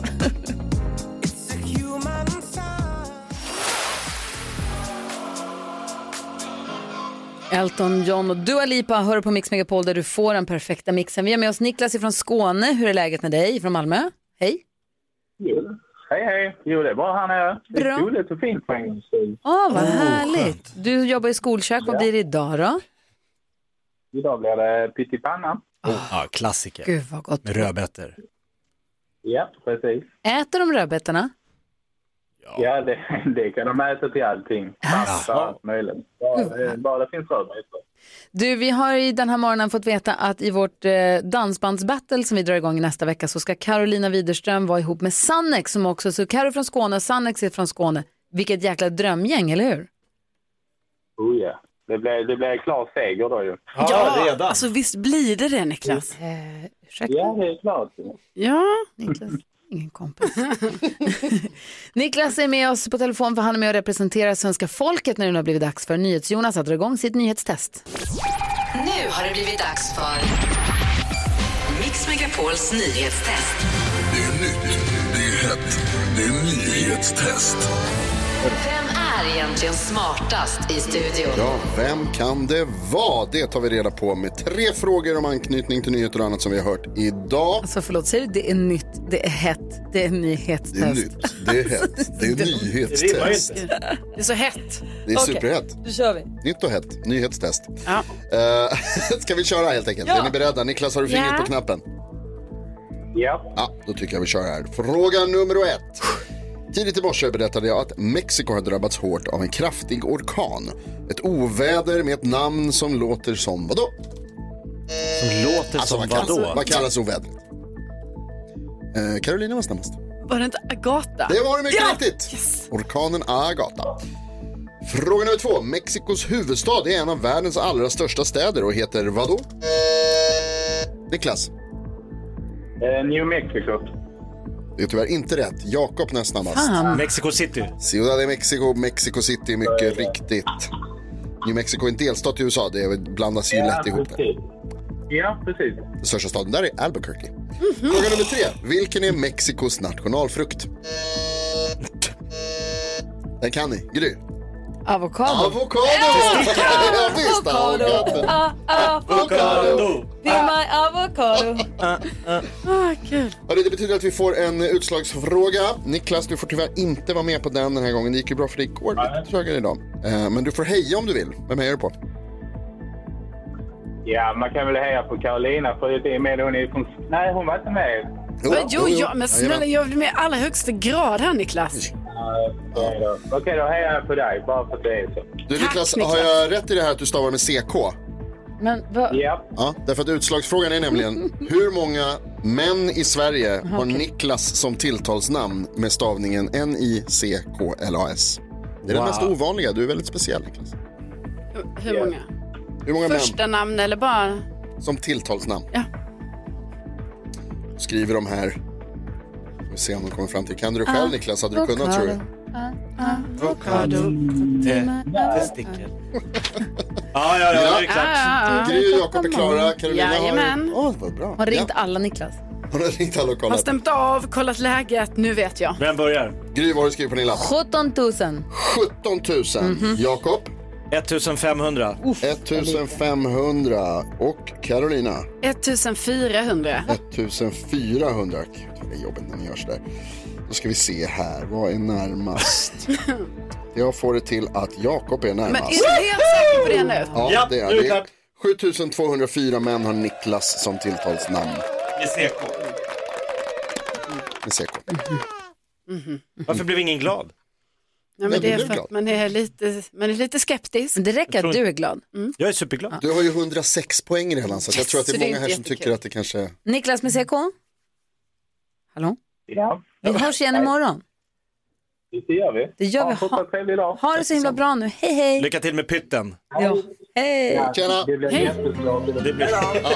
Elton John och Dua Lipa hör på Mix Megapol där du får den perfekta mixen. Vi har med oss Niklas från Skåne. Hur är läget med dig från Malmö? Hej. Jo, Hej, hej. Jo, det är bara han här. Det är roligt och fint på en gång. Åh, vad härligt. Du jobbar i skolkök. Vad blir det idag då? Idag blir det pyttipanna. Oh, ja, klassiker. Gud vad gott. Med rödbetor. Ja, precis. Äter de rödbetorna? Ja, ja det, det kan de äta till allting. Pasta, allt möjligt. Bara, bara det finns rödbetor. Du, vi har i den här morgonen fått veta att i vårt eh, dansbandsbattle som vi drar igång nästa vecka så ska Carolina Widerström vara ihop med Sannex som också, så Karo från Skåne, Sannex är från Skåne. Vilket jäkla drömgäng, eller hur? Oh ja, det blir, det blir klar seger då ju. Ja, ja redan. Alltså visst blir det det, Niklas? Eh, ursäkta? Ja, det är klart. Ja, Niklas. Ingen kompis. Niklas är med oss på telefon för han är med och representerar svenska folket när det nu har blivit dags för NyhetsJonas att dra igång sitt nyhetstest. Nu har det blivit dags för Mix Megapols nyhetstest. Det är nytt, det är hett, det är nyhetstest. Vem är egentligen smartast i studion? Ja, vem kan det vara? Det tar vi reda på med tre frågor om anknytning till nyheter och annat som vi har hört idag. Alltså förlåt, säger du det är nytt, det är hett, det är nyhetstest. Det är nytt, det är hett, det är nyhetstest. Det är så hett. Det är Okej, superhett. då kör vi. Nytt och hett, nyhetstest. Ja. Uh, ska vi köra helt enkelt? Ja. Är ni beredda? Niklas, har du fingret Ja. på knappen? Ja. Ja, då tycker jag vi kör här. Fråga nummer ett. Tidigt i morse berättade jag att Mexiko har drabbats hårt av en kraftig orkan. Ett oväder med ett namn som låter som vadå? Som låter alltså, som vad kallas, vadå? vad kallas ovädret? Eh, Carolina var snabbast. Var det inte Agata? Det var det mycket Ja! riktigt. Yes. Orkanen Agata. Fråga nummer två. Mexikos huvudstad är en av världens allra största städer och heter vadå? Niklas? Eh, New Mexico. Det är tyvärr inte rätt. Jakob näst snabbast. Fan. Mexico City. Ciudad de Mexico, Mexico City, mycket riktigt. New Mexico är en delstat i U S A, det blandas ju lätt ihop det. Ja, precis. Den största staden där är Albuquerque. Fråga nummer tre. Vilken är Mexikos nationalfrukt? Den kan ni. Gry. Avokado. Avokado! Ja, visst, avokado. Ah, avokado. Det är my avokado. Ah, kul. Hörru, det betyder att vi får en utslagsfråga. Niklas, du får tyvärr inte vara med på den den här gången. Det gick ju bra för dig igår, lite trögare idag. Eh, Men du får heja om du vill. Vem hejar du på? Ja, man kan väl heja på Carolina för det är med hon är från... Nej, hon var inte med. Jo, Men, jo, ja, men snälla, jag vill med i allra högsta grad här, Niklas. Ja, okej då. Okej, då hejar jag på dig, bara för att det är så. Du Niklas, har jag rätt i det här att du stavar med C K? Men vad? Ja. Ja, därför att utslagsfrågan är nämligen hur många män i Sverige har Niklas som tilltalsnamn med stavningen N I C K L A S? Det är Wow. den mest ovanliga, du är väldigt speciell, Niklas. Hur, hur många? Hur många Första män namn eller bara... som tilltalsnamn? Ja. Skriver de här. Vi får se om de kommer fram till. Kan du själv, Niklas? Hade du kunnat, tror du? Avokado. Testikel. Ja, ja, ja, det är klart. Ah, Gry och Jakob är klara. Carolina Jajamän. har... Åh, vad bra. Har ringt Ja, alla, Niklas? hon har ringt alla och Har kollat. stämt av, kollat läget, nu vet jag. Vem börjar? Gry, vad har du skrivit på din lapp? sjutton tusen. sjutton tusen. Jakob? femtonhundra. femtonhundra. Och Carolina? fjortonfyrahundra. fjortonfyrahundra. Gud, vad det är jobbigt när ni gör sådär. Då ska vi se här. Vad är närmast? Jag får det till att Jakob är närmast. Men är du helt säker på det nu? Ja, Ja, det är nu är det det. klart. sjutusentvåhundrafyra män har Niklas som tilltalsnamn. Med C K. Med C K. Varför blev ingen glad? Nej, men Nej, det du är blev för glad. att man är lite, man är lite skeptisk. Det räcker att du är glad. Jag är superglad. Du har ju hundrasex poäng redan, så jag tror att det Så är det är många här inte som jättekul. tycker att det kanske... Niklas med C K? Hallå? Ja. Vi hörs igen imorgon. Det gör vi. Det gör vi. Ha, Ha, ha, trevlig dag. ha det så himla bra nu. Hej, hej. Lycka till med pytten. Ja. Hej. Tjena! Det blir jättebra. Det blir...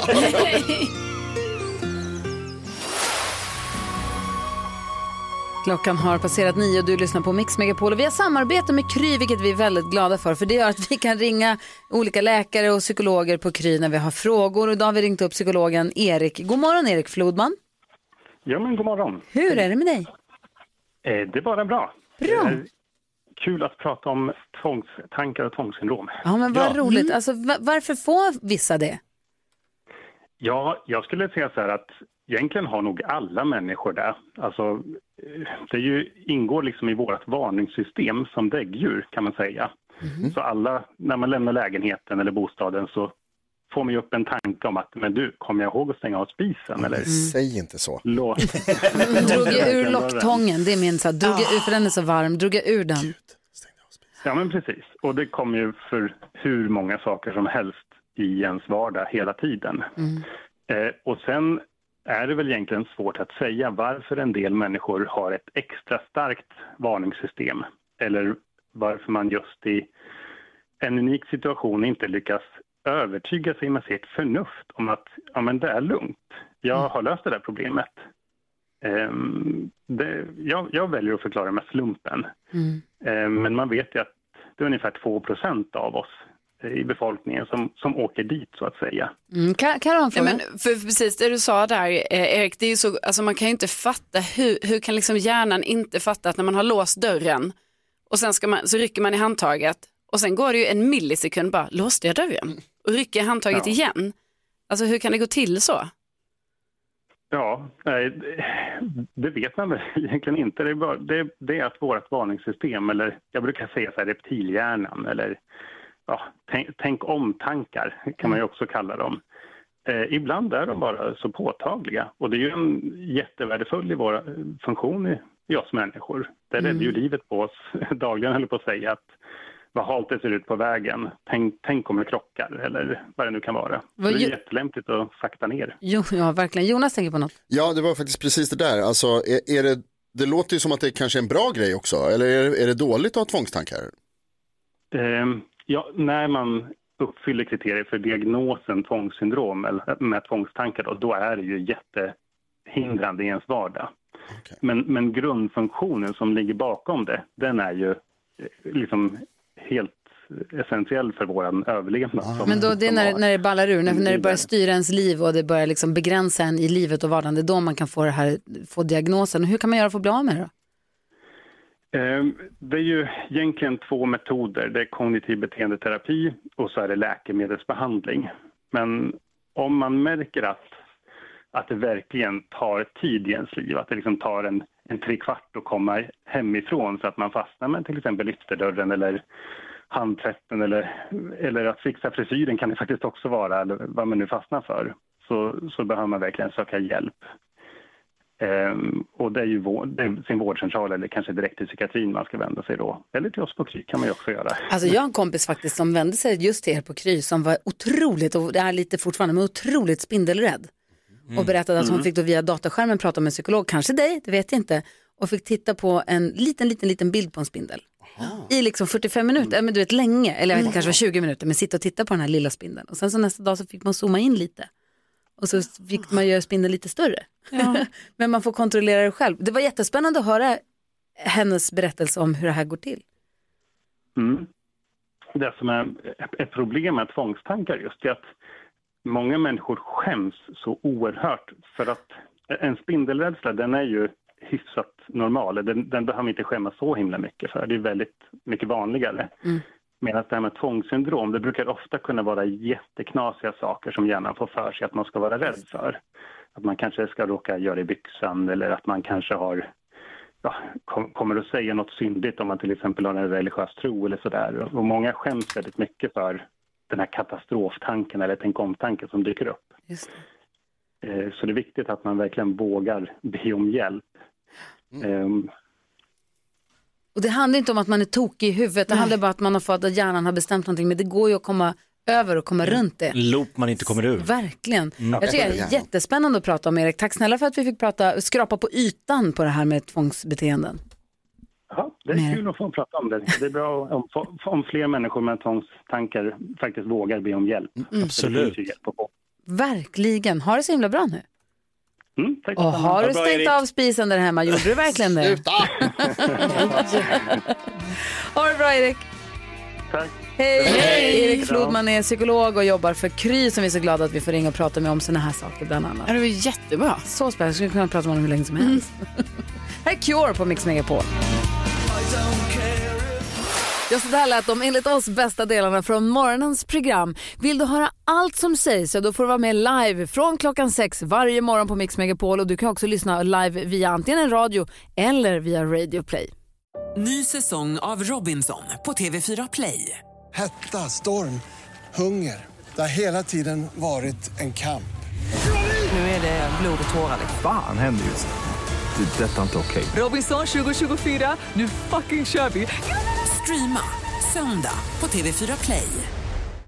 Klockan har passerat nio och du lyssnar på Mix Megapol. Och vi har samarbete med Kry, vilket vi är väldigt glada för. För det gör att vi kan ringa olika läkare och psykologer på Kry när vi har frågor. Och idag har vi ringt upp psykologen Erik. God morgon, Erik Flodman. Ja, men god morgon. Hur är det med dig? Eh, det är bara bra. Bra. Det är kul att prata om tvångstankar och tvångssyndrom. Ja, men vad Ja. roligt. Mm. Alltså, va- varför får vissa det? Ja, jag skulle säga så här att egentligen har nog alla människor det. Alltså, det är ju, ingår liksom i vårt varningssystem som däggdjur kan man säga. Mm. Så alla, när man lämnar lägenheten eller bostaden så får man ju upp en tanke om att, men du, kommer jag ihåg att stänga av spisen? Mm. Eller? Säg inte så. Drog jag ur locktången, det är min så här, drog jag ur, för den är så varm, drog jag ur den. Gud, ja men precis, och det kommer ju för hur många saker som helst i ens vardag hela tiden. Mm. Eh, och sen är det väl egentligen svårt att säga varför en del människor har ett extra starkt varningssystem. Eller varför man just i en unik situation inte lyckas övertyga sig med sitt förnuft om att ja, men det är lugnt. Jag mm. har löst det där problemet. Um, det, jag, jag väljer att förklara med slumpen. Mm. Um, men man vet ju att det är ungefär två procent av oss i befolkningen som, som åker dit så att säga. Mm, kan, kan du ja, men för, för precis det du sa där eh, Erik, det är ju så, alltså man kan ju inte fatta hur, hur kan liksom hjärnan inte fatta att när man har låst dörren och sen ska man, så rycker man i handtaget och sen går det ju en millisekund bara, låste jag dörren? Och rycker i handtaget ja. igen. Alltså hur kan det gå till så? Ja, nej, det vet man väl egentligen inte. Det är, bara, det, det är att vårt varningssystem, eller jag brukar säga så här, reptilhjärnan, eller ja, tänk, tänk om tankar kan man ju också kalla dem. Eh, ibland är de bara så påtagliga och det är ju en jättevärdefull i våra funktion i, i oss människor. Det räddar mm. ju livet på oss dagligen, eller på att säga att vad halt det ser ut på vägen. Tänk, tänk om det krockar eller vad det nu kan vara. Vad, det är jättelämpligt att sakta ner. Jo, ja, verkligen. Jonas tänker på något. Ja, det var faktiskt precis det där. Alltså, är, är det, det låter ju som att det är kanske är en bra grej också. Eller är det, är det dåligt att ha tvångstankar? Um, ja, när man uppfyller kriterier för diagnosen tvångssyndrom eller med tvångstankar då, då är det ju jättehindrande i ens vardag. Okay. Men, men grundfunktionen som ligger bakom det, den är ju liksom helt essentiell för våran överlevnad. Som, men då det är när, när det ballar ur, när, när det börjar styra ens liv och det börjar liksom begränsa en i livet och vardagen, det är då man kan få det här, få diagnosen. Hur kan man göra för att bli av med det då? Det är ju egentligen två metoder. Det är kognitiv beteendeterapi och så är det läkemedelsbehandling. Men om man märker att, att det verkligen tar tid i ens liv, att det liksom tar en, en tre kvart att komma hemifrån så att man fastnar med till exempel ytterdörren eller handtvätten eller, eller att fixa frisyren kan det faktiskt också vara, eller vad man nu fastnar för, så, så behöver man verkligen söka hjälp. Um, och det är ju vår, det är sin vårdcentral eller kanske direkt till psykiatrin man ska vända sig då. Eller till oss på Kry kan man ju också göra. Alltså jag har en kompis faktiskt som vände sig just till er på Kry som var otroligt, och det är lite fortfarande, men otroligt spindelrädd. Mm. Och berättade att hon mm. fick då via dataskärmen prata med en psykolog, kanske dig, det vet jag inte. Och fick titta på en liten, liten, liten bild på en spindel. Aha. I liksom fyrtiofem minuter, mm. men du vet länge, eller jag vet inte, kanske var tjugo minuter, men sitta och titta på den här lilla spindeln. Och sen så nästa dag så fick man zooma in lite. Och så fick man göra spindeln lite större. Ja. Men man får kontrollera det själv. Det var jättespännande att höra hennes berättelse om hur det här går till. Mm. Det som är ett problem med tvångstankar just är att många människor skäms så oerhört. För att en spindelrädsla, den är ju hyfsat normal. Den, den behöver inte skämmas så himla mycket för. Det är väldigt mycket vanligare. Mm. Medan det här med tvångssyndrom, det brukar ofta kunna vara jätteknasiga saker som gärna får för sig att man ska vara rädd för. Att man kanske ska råka göra i byxan eller att man kanske har, ja, kom, kommer att säga något syndigt om man till exempel har en religiös tro eller sådär. Och många skäms väldigt mycket för den här katastroftanken eller tänk-om-tanken som dyker upp. Just det. Så det är viktigt att man verkligen vågar be om hjälp. Mm. Um, Och det handlar inte om att man är tokig i huvudet. Det Nej. handlar bara om att man har fått att hjärnan har bestämt någonting. Men det går ju att komma över och komma mm. runt det. Loop man inte kommer ur. Verkligen. Mm. Jag tycker det är jättespännande att prata om, Erik. Tack snälla för att vi fick prata, skrapa på ytan på det här med tvångsbeteenden. Ja, det är Mer. kul att få prata om det. Det är bra om, om fler människor med tvångstankar faktiskt vågar be om hjälp. Mm. Absolut. Verkligen. Har det så himla bra nu? Mm, och har du stängt av spisen där hemma? Gjorde du verkligen det? Sluta! Ha det bra, Erik. Tack. Hej. Hej! Erik Flodman är psykolog och jobbar för Kry, som vi är så glada att vi får ringa och prata med om såna här saker bland annat. Ja, det var jättebra. Så spännande, jag skulle kunna prata med honom hur länge som helst. Mm. Här är Cure på Mix Megapol. Ja, så där lät de enligt oss bästa delarna från morgonens program. Vill du höra allt som sägs så då får du vara med live från klockan sex varje morgon på Mix Megapol. Och du kan också lyssna live via antingen en radio eller via Radio Play. Ny säsong av Robinson på T V fyra Play. Hetta, storm, hunger. Det har hela tiden varit en kamp. Nu är det blod och tårar. Fan händer just det. Det är detta inte okej. Robinson tjugo tjugofyra, nu fucking kör vi. Streama söndag på T V fyra Play.